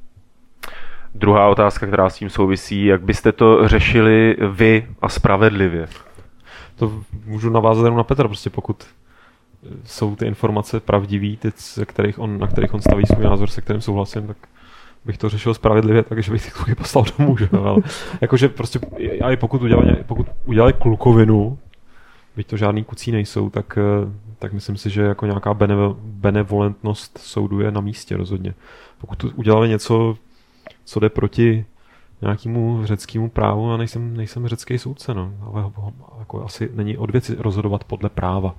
Druhá otázka, která s tím souvisí, jak byste to řešili vy a spravedlivě? To můžu navázat jenom na Petra, prostě pokud jsou ty informace pravdivý, na kterých on staví svůj názor, se kterým souhlasím, tak bych to řešil spravedlivě, takže bych ty kluky poslal domů, že? Ale jakože prostě, ale pokud udělali klukovinu, byť to žádný kucí nejsou, tak myslím si, že jako nějaká benevolentnost soudu je na místě rozhodně. Pokud udělali něco, co jde proti nějakému řeckému právu, a nejsem řecký soudce, no. Ale jako asi není od věci rozhodovat podle práva.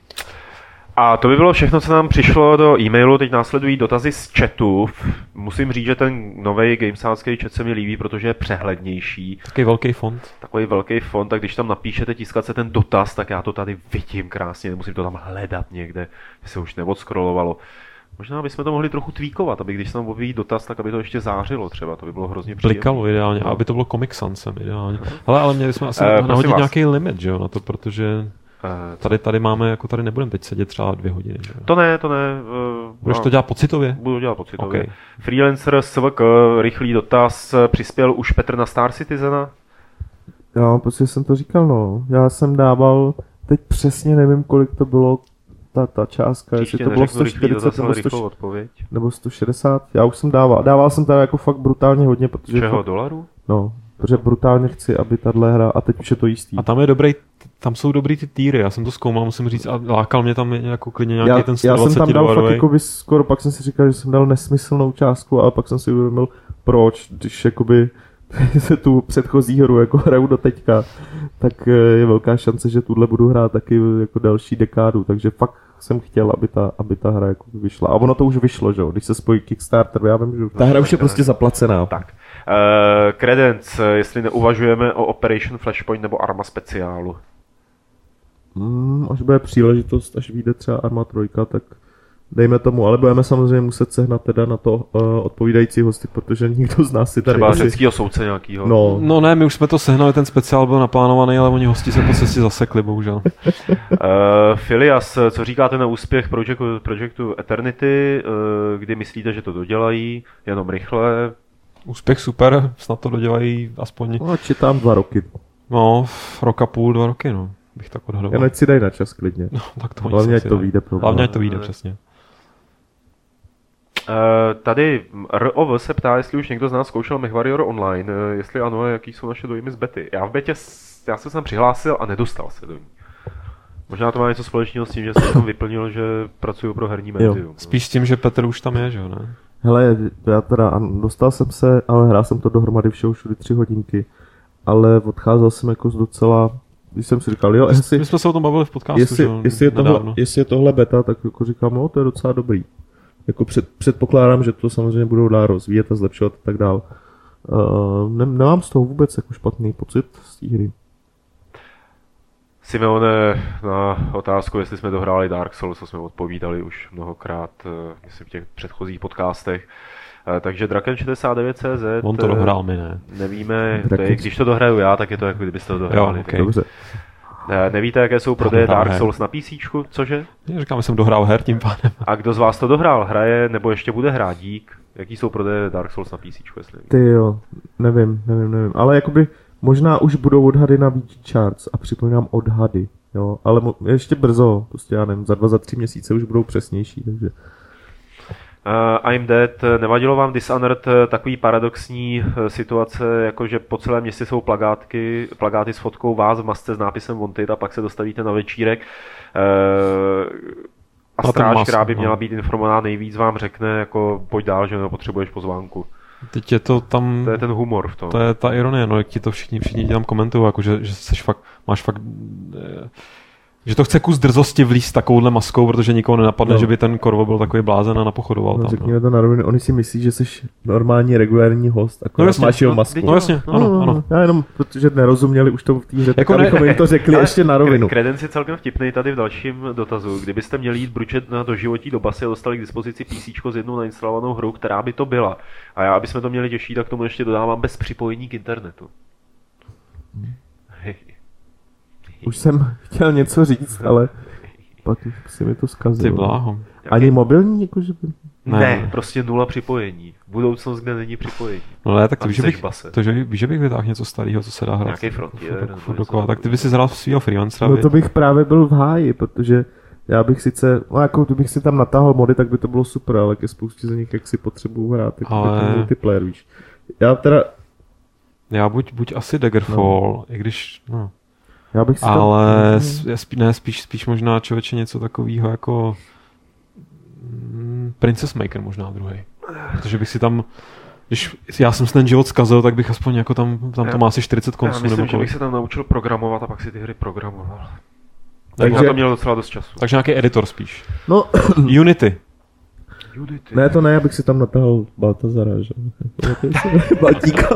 A to by bylo všechno, co nám přišlo do e-mailu. Teď následují dotazy z chatu. Musím říct, že ten nový gamesácký chat se mi líbí, protože je přehlednější. Takový velký font, tak když tam napíšete tiskat se ten dotaz, tak já to tady vidím krásně, nemusím to tam hledat někde, že se už neodscrollovalo. Možná bychom to mohli trochu tweakovat, aby když se tam objeví dotaz, tak aby to ještě zářilo třeba, to by bylo hrozně příjemné. Blikalo ideálně, aby to bylo Comic Sansem ideálně. Ale měli jsme asi nahodit nějaký limit, že jo, na to, protože tady máme, jako tady nebudeme teď sedět třeba 2 hodiny. Že? To ne. Budeš to dělat pocitově? Budu dělat pocitově. Okay. Freelancer SVK, rychlý dotaz, přispěl už Petr na Star Citizena? Jo, prostě jsem to říkal, no. Já jsem dával, teď přesně nevím, kolik to bylo, ta částka, jestli to bylo 140 nebo 160, já už jsem dával jsem tady jako fakt brutálně hodně, protože... Čeho, dolarů? No, protože brutálně chci, aby tahle hra, a teď už je to jistý. A tam jsou dobrý ty týry, já jsem to zkoumal, musím říct, a lákal mě tam jako klidně nějaký ten 120 Já jsem tam dal fakt jako skoro, pak jsem si říkal, že jsem dal nesmyslnou částku, ale pak jsem si uvědomil, proč, když jakoby se tu předchozí hru jako hraju do teďka, tak je velká šance, že tuhle budu hrát taky jako další dekádu, takže fakt jsem chtěl, aby ta hra jako vyšla. A ono to už vyšlo, že jo, když se spojí Kickstarter, já vím, že ta hra už je prostě zaplacená. Tak. Credence, jestli neuvažujeme o Operation Flashpoint nebo Arma speciálu? Až bude příležitost, až vyjde třeba Arma 3, tak dejme tomu, ale budeme samozřejmě muset sehnat teda na to odpovídající hosty, protože nikdo z nás si tady... Třeba řeckýho soudce nějakýho. No ne, my už jsme to sehnali, ten speciál byl naplánovaný, ale oni hosti se po cestě zasekli, bohužel. Filias, co říkáte na úspěch projektu Eternity, kdy myslíte, že to dodělají, jenom rychle? Úspěch super, snad to dodělají aspoň... No, čitám 2 roky. No, rok a půl, 2 roky, no. Bych tak odhadoval. Jen ať si dají na čas klidně. No, tak to hlavně ať to vyjde. Hlavně ať to vyjde, přesně. Tady ROV se ptá, jestli už někdo z nás zkoušel MechWarrior Online, jestli ano, jaký jsou naše dojmy z bety. Já v betě, já jsem se tam přihlásil a nedostal se do ní. Možná to má něco společného s tím, že jsem tam vyplnil, že pracuju pro herní médium. Spíš s tím, že Petr už tam je, že jo, ne? Hele, já teda dostal jsem se, ale hrál jsem to dohromady všude 3 hodinky, ale odcházel jsem jako z docela, když jsem si říkal, jo, my jsme se o tom bavili v podcastu, jestli je tohle beta, tak jako říkám, no, to je docela dobrý. Jako předpokládám, že to samozřejmě budou dál rozvíjet a zlepšovat a tak dál. Nemám z toho vůbec jako špatný pocit z té hry. Simeone, na otázku, jestli jsme dohráli Dark Souls, co jsme odpovídali už mnohokrát, myslím v těch předchozích podcastech. Takže Draken69.cz. On to dohrál, my ne. Nevíme, když to dohraju já, tak je to jako kdybyste to dohráli. Jo, okay. Dobře. Nevíte, jaké jsou prodeje Dark Souls na PCčku? Cože? Říkám, že jsem dohrál her tím pádem. A kdo z vás to dohrál? Hraje nebo ještě bude hrát? Dík. Jaký jsou prodeje Dark Souls na PCčku, jestli Ty jo, nevím. Ale jakoby možná už budou odhady na VG Charts a připomínám odhady. Jo, ale ještě brzo, prostě já nevím, za 2-3 měsíce už budou přesnější, takže... I'm Dead, nevadilo vám Dishonored takový paradoxní situace, jakože po celém městě jsou plagáty s fotkou vás v masce s nápisem Wanted a pak se dostavíte na večírek a stráž, která by měla být informovaná nejvíc, vám řekne, jako pojď dál, že nepotřebuješ pozvánku. Teď je to tam... To je ten humor v tom. To je ta ironie, no, jak ti to všichni ti tam komentují, jako, že máš fakt... Že to chce kus drzosti vlízt takovouhle maskou, protože nikoho nenapadne, že by ten Korvo byl takový blázen a napochodoval tam. Řekněme to na rovinu, oni si myslí, že jsi normální regulární host, akorát máš jeho masku. No jasně, ano. Já jenom, protože nerozuměli už to v té hře, tak abychom jim to řekli ještě na rovinu. Kredens je celkem vtipnej tady v dalším dotazu. Kdybyste měli jít bručet na doživotí do basy a dostali k dispozici PCčko s jednou nainstalovanou hru, která by to byla. A já, aby jsme to měli těžší, tak tomu ještě dodávám bez připojení k internetu. Už jsem chtěl něco říct, ale pak si mi to zkazilo. Ty bláho. Ani mobilní, jakože by... Ne, prostě 0 připojení. Budoucnost, kde není připojení. No ne, tak víš, že bych vytáhl něco starého, co se dá hrát. Nějaký Frontier. Tak ty by si hrál svýho freelancera. No to bych právě byl v háji, protože já bych sice, no jako kdybych si tam natáhl mody, tak by to bylo super, ale ke spoustě z nich, jak si potřebuju hrát, tak ten multiplayer, víš. Já buď asi Daggerfall, i když, no. Já bych si ale spíš možná člověče něco takového jako Princess Maker možná druhý. Protože bych si tam, když já jsem si ten život zkazil, tak bych aspoň jako tam to má asi 40 konců. Já myslím, že bych se tam naučil programovat a pak si ty hry programoval. Takže to mělo docela dost času. Takže nějaký editor spíš. No, Unity. Ne, to ne, abych si tam natahal Baltazara, že? Baltíka.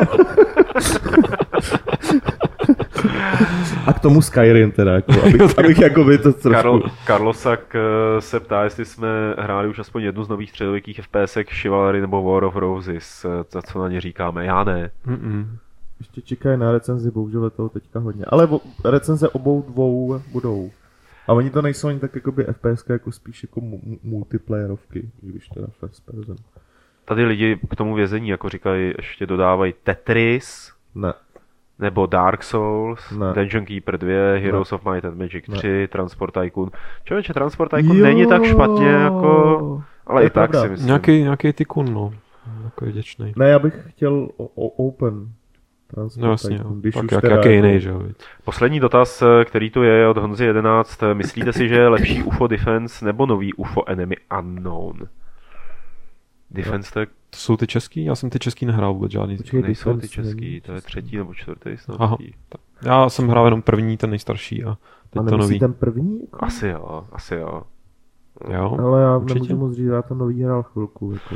A k tomu Skyrim teda, jako, abych jakoby to trošku... Karlosak se ptá, jestli jsme hráli už aspoň jednu z nových středověkých FPSek Chivalry nebo War of Roses, co na ně říkáme, já ne. Ještě čekají na recenzi, bohužel toho teďka hodně, ale recenze obou dvou budou. A oni to nejsou ani tak jakoby FPS, jako spíš jako multiplayerovky, když teda first person. Tady lidi k tomu vězení, jako říkají, ještě dodávají Tetris. Ne. Nebo Dark Souls, ne. Dungeon Keeper 2, Heroes of Might and Magic 3, Transport Tycoon. Člověče, Transport Tycoon není tak špatně, jako... Ale i tak si myslím. Nějaký Tycoon, no. Jako vděčnej. Ne, já bych chtěl Open Transport jasně, Tycoon. Tak jaký jiný, že jo. Poslední dotaz, který tu je od Honzy 11. Myslíte si, že je lepší UFO Defense nebo nový UFO Enemy Unknown? Defense tak... To jsou ty český? Já jsem ty český nehrál vůbec žádný. Nejsou ty český, to je třetí nebo čtvrtý snad. Aha, já jsem hrál jenom první, ten nejstarší a teď to nový. ten první? Asi jo. Jo, ale já nemůžu moc říct, já ten nový hrál chvilku. Jako.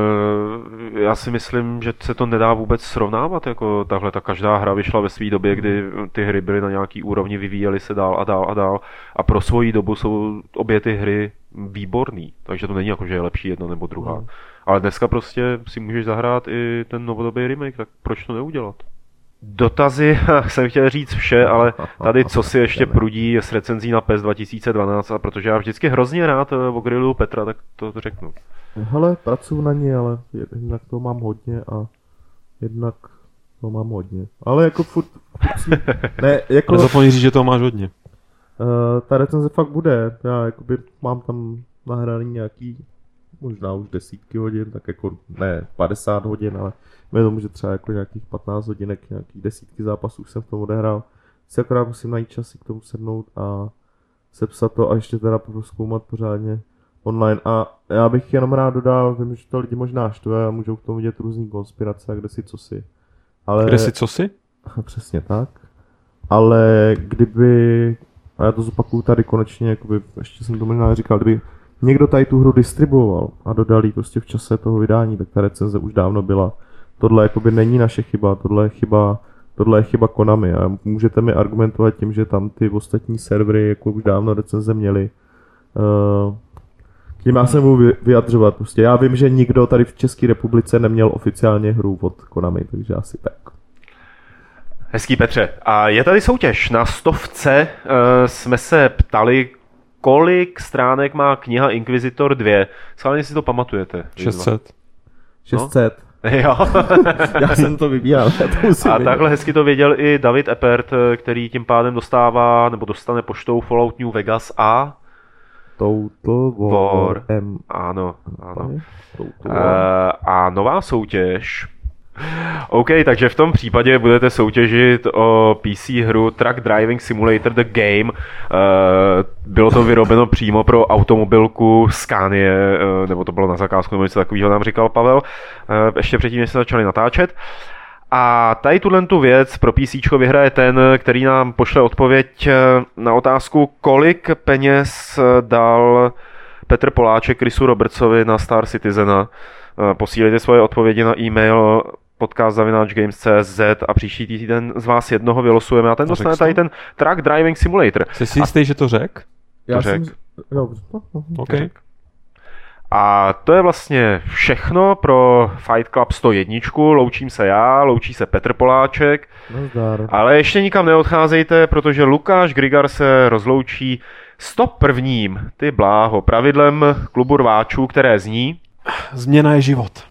Já si myslím, že se to nedá vůbec srovnávat, jako tahle ta každá hra vyšla ve své době, kdy ty hry byly na nějaký úrovni, vyvíjely se dál a dál a pro svoji dobu jsou obě ty hry výborný, takže to není jako, že je lepší jedna nebo druhá. Ale dneska prostě si můžeš zahrát i ten novodobý remake, tak proč to neudělat? Dotazy, jsem chtěl říct vše, ale tady co si ještě prudí s recenzí na PES 2012, a protože já vždycky hrozně rád ogriluju Petra, tak to řeknu. Hele, pracuji na ní, ale jednak to mám hodně a jednak to mám hodně. Ale jako furt ne, jako... Nezapomeň říct, že to máš hodně. Ta recenze fakt bude, já jakoby mám tam nahraný nějaký možná už desítky hodin, tak jako ne 50 hodin, ale vědom, že třeba jako nějakých 15 hodinek, nějakých desítky zápasů už jsem v tom odehrál. Si akorát musím najít čas si k tomu sednout a sepsat to a ještě teda prozkoumat pořádně online. A já bych jenom rád dodal, vím, že to lidi možná štve a můžou k tomu vidět různý konspirace a kdesi cosi. Ale... Kdesi cosi? Přesně tak. Ale kdyby, a já to zopakuju tady konečně, jakoby, ještě jsem to možná říkal, kdyby někdo tady tu hru distribuoval a dodal ji prostě v čase toho vydání, tak ta recenze už dávno byla. Tohle jakoby není naše chyba, tohle je chyba Konami a můžete mi argumentovat tím, že tam ty ostatní servery jako už dávno recenze měli. K ním já se můžu vyjadřovat. Prostě já vím, že nikdo tady v České republice neměl oficiálně hru od Konami, takže asi tak. Hezký, Petře. A je tady soutěž. Na 100 jsme se ptali, kolik stránek má kniha Inquisitor 2. Schválně si to pamatujete. 600. 600. Jo. Já jsem to vybíral. A takhle hezky to věděl i David Eppert, který tím pádem dostane poštou Fallout New Vegas a Total War. Ano. A nová soutěž. OK, takže v tom případě budete soutěžit o PC hru Truck Driving Simulator The Game. Bylo to vyrobeno přímo pro automobilku Scania, nebo to bylo na zakázku, nebo něco takového nám říkal Pavel, ještě předtím, než se začali natáčet. A tady tu věc pro PCčko vyhraje ten, který nám pošle odpověď na otázku, kolik peněz dal Petr Poláček Chrisu Robertsovi na Star Citizena. Posílejte svoje odpovědi na e-mail podcast@games.cz a příští týden z vás jednoho vylosujeme a ten dostane tady ten Truck Driving Simulator. Jsi si jistý, že to řek? To řek. Okay. A to je vlastně všechno pro Fight Club 101. Loučím se já, loučí se Petr Poláček. Ale ještě nikam neodcházejte, protože Lukáš Grigar se rozloučí 101. Ty bláho, pravidlem klubu rváčů, které zní: Změna je život.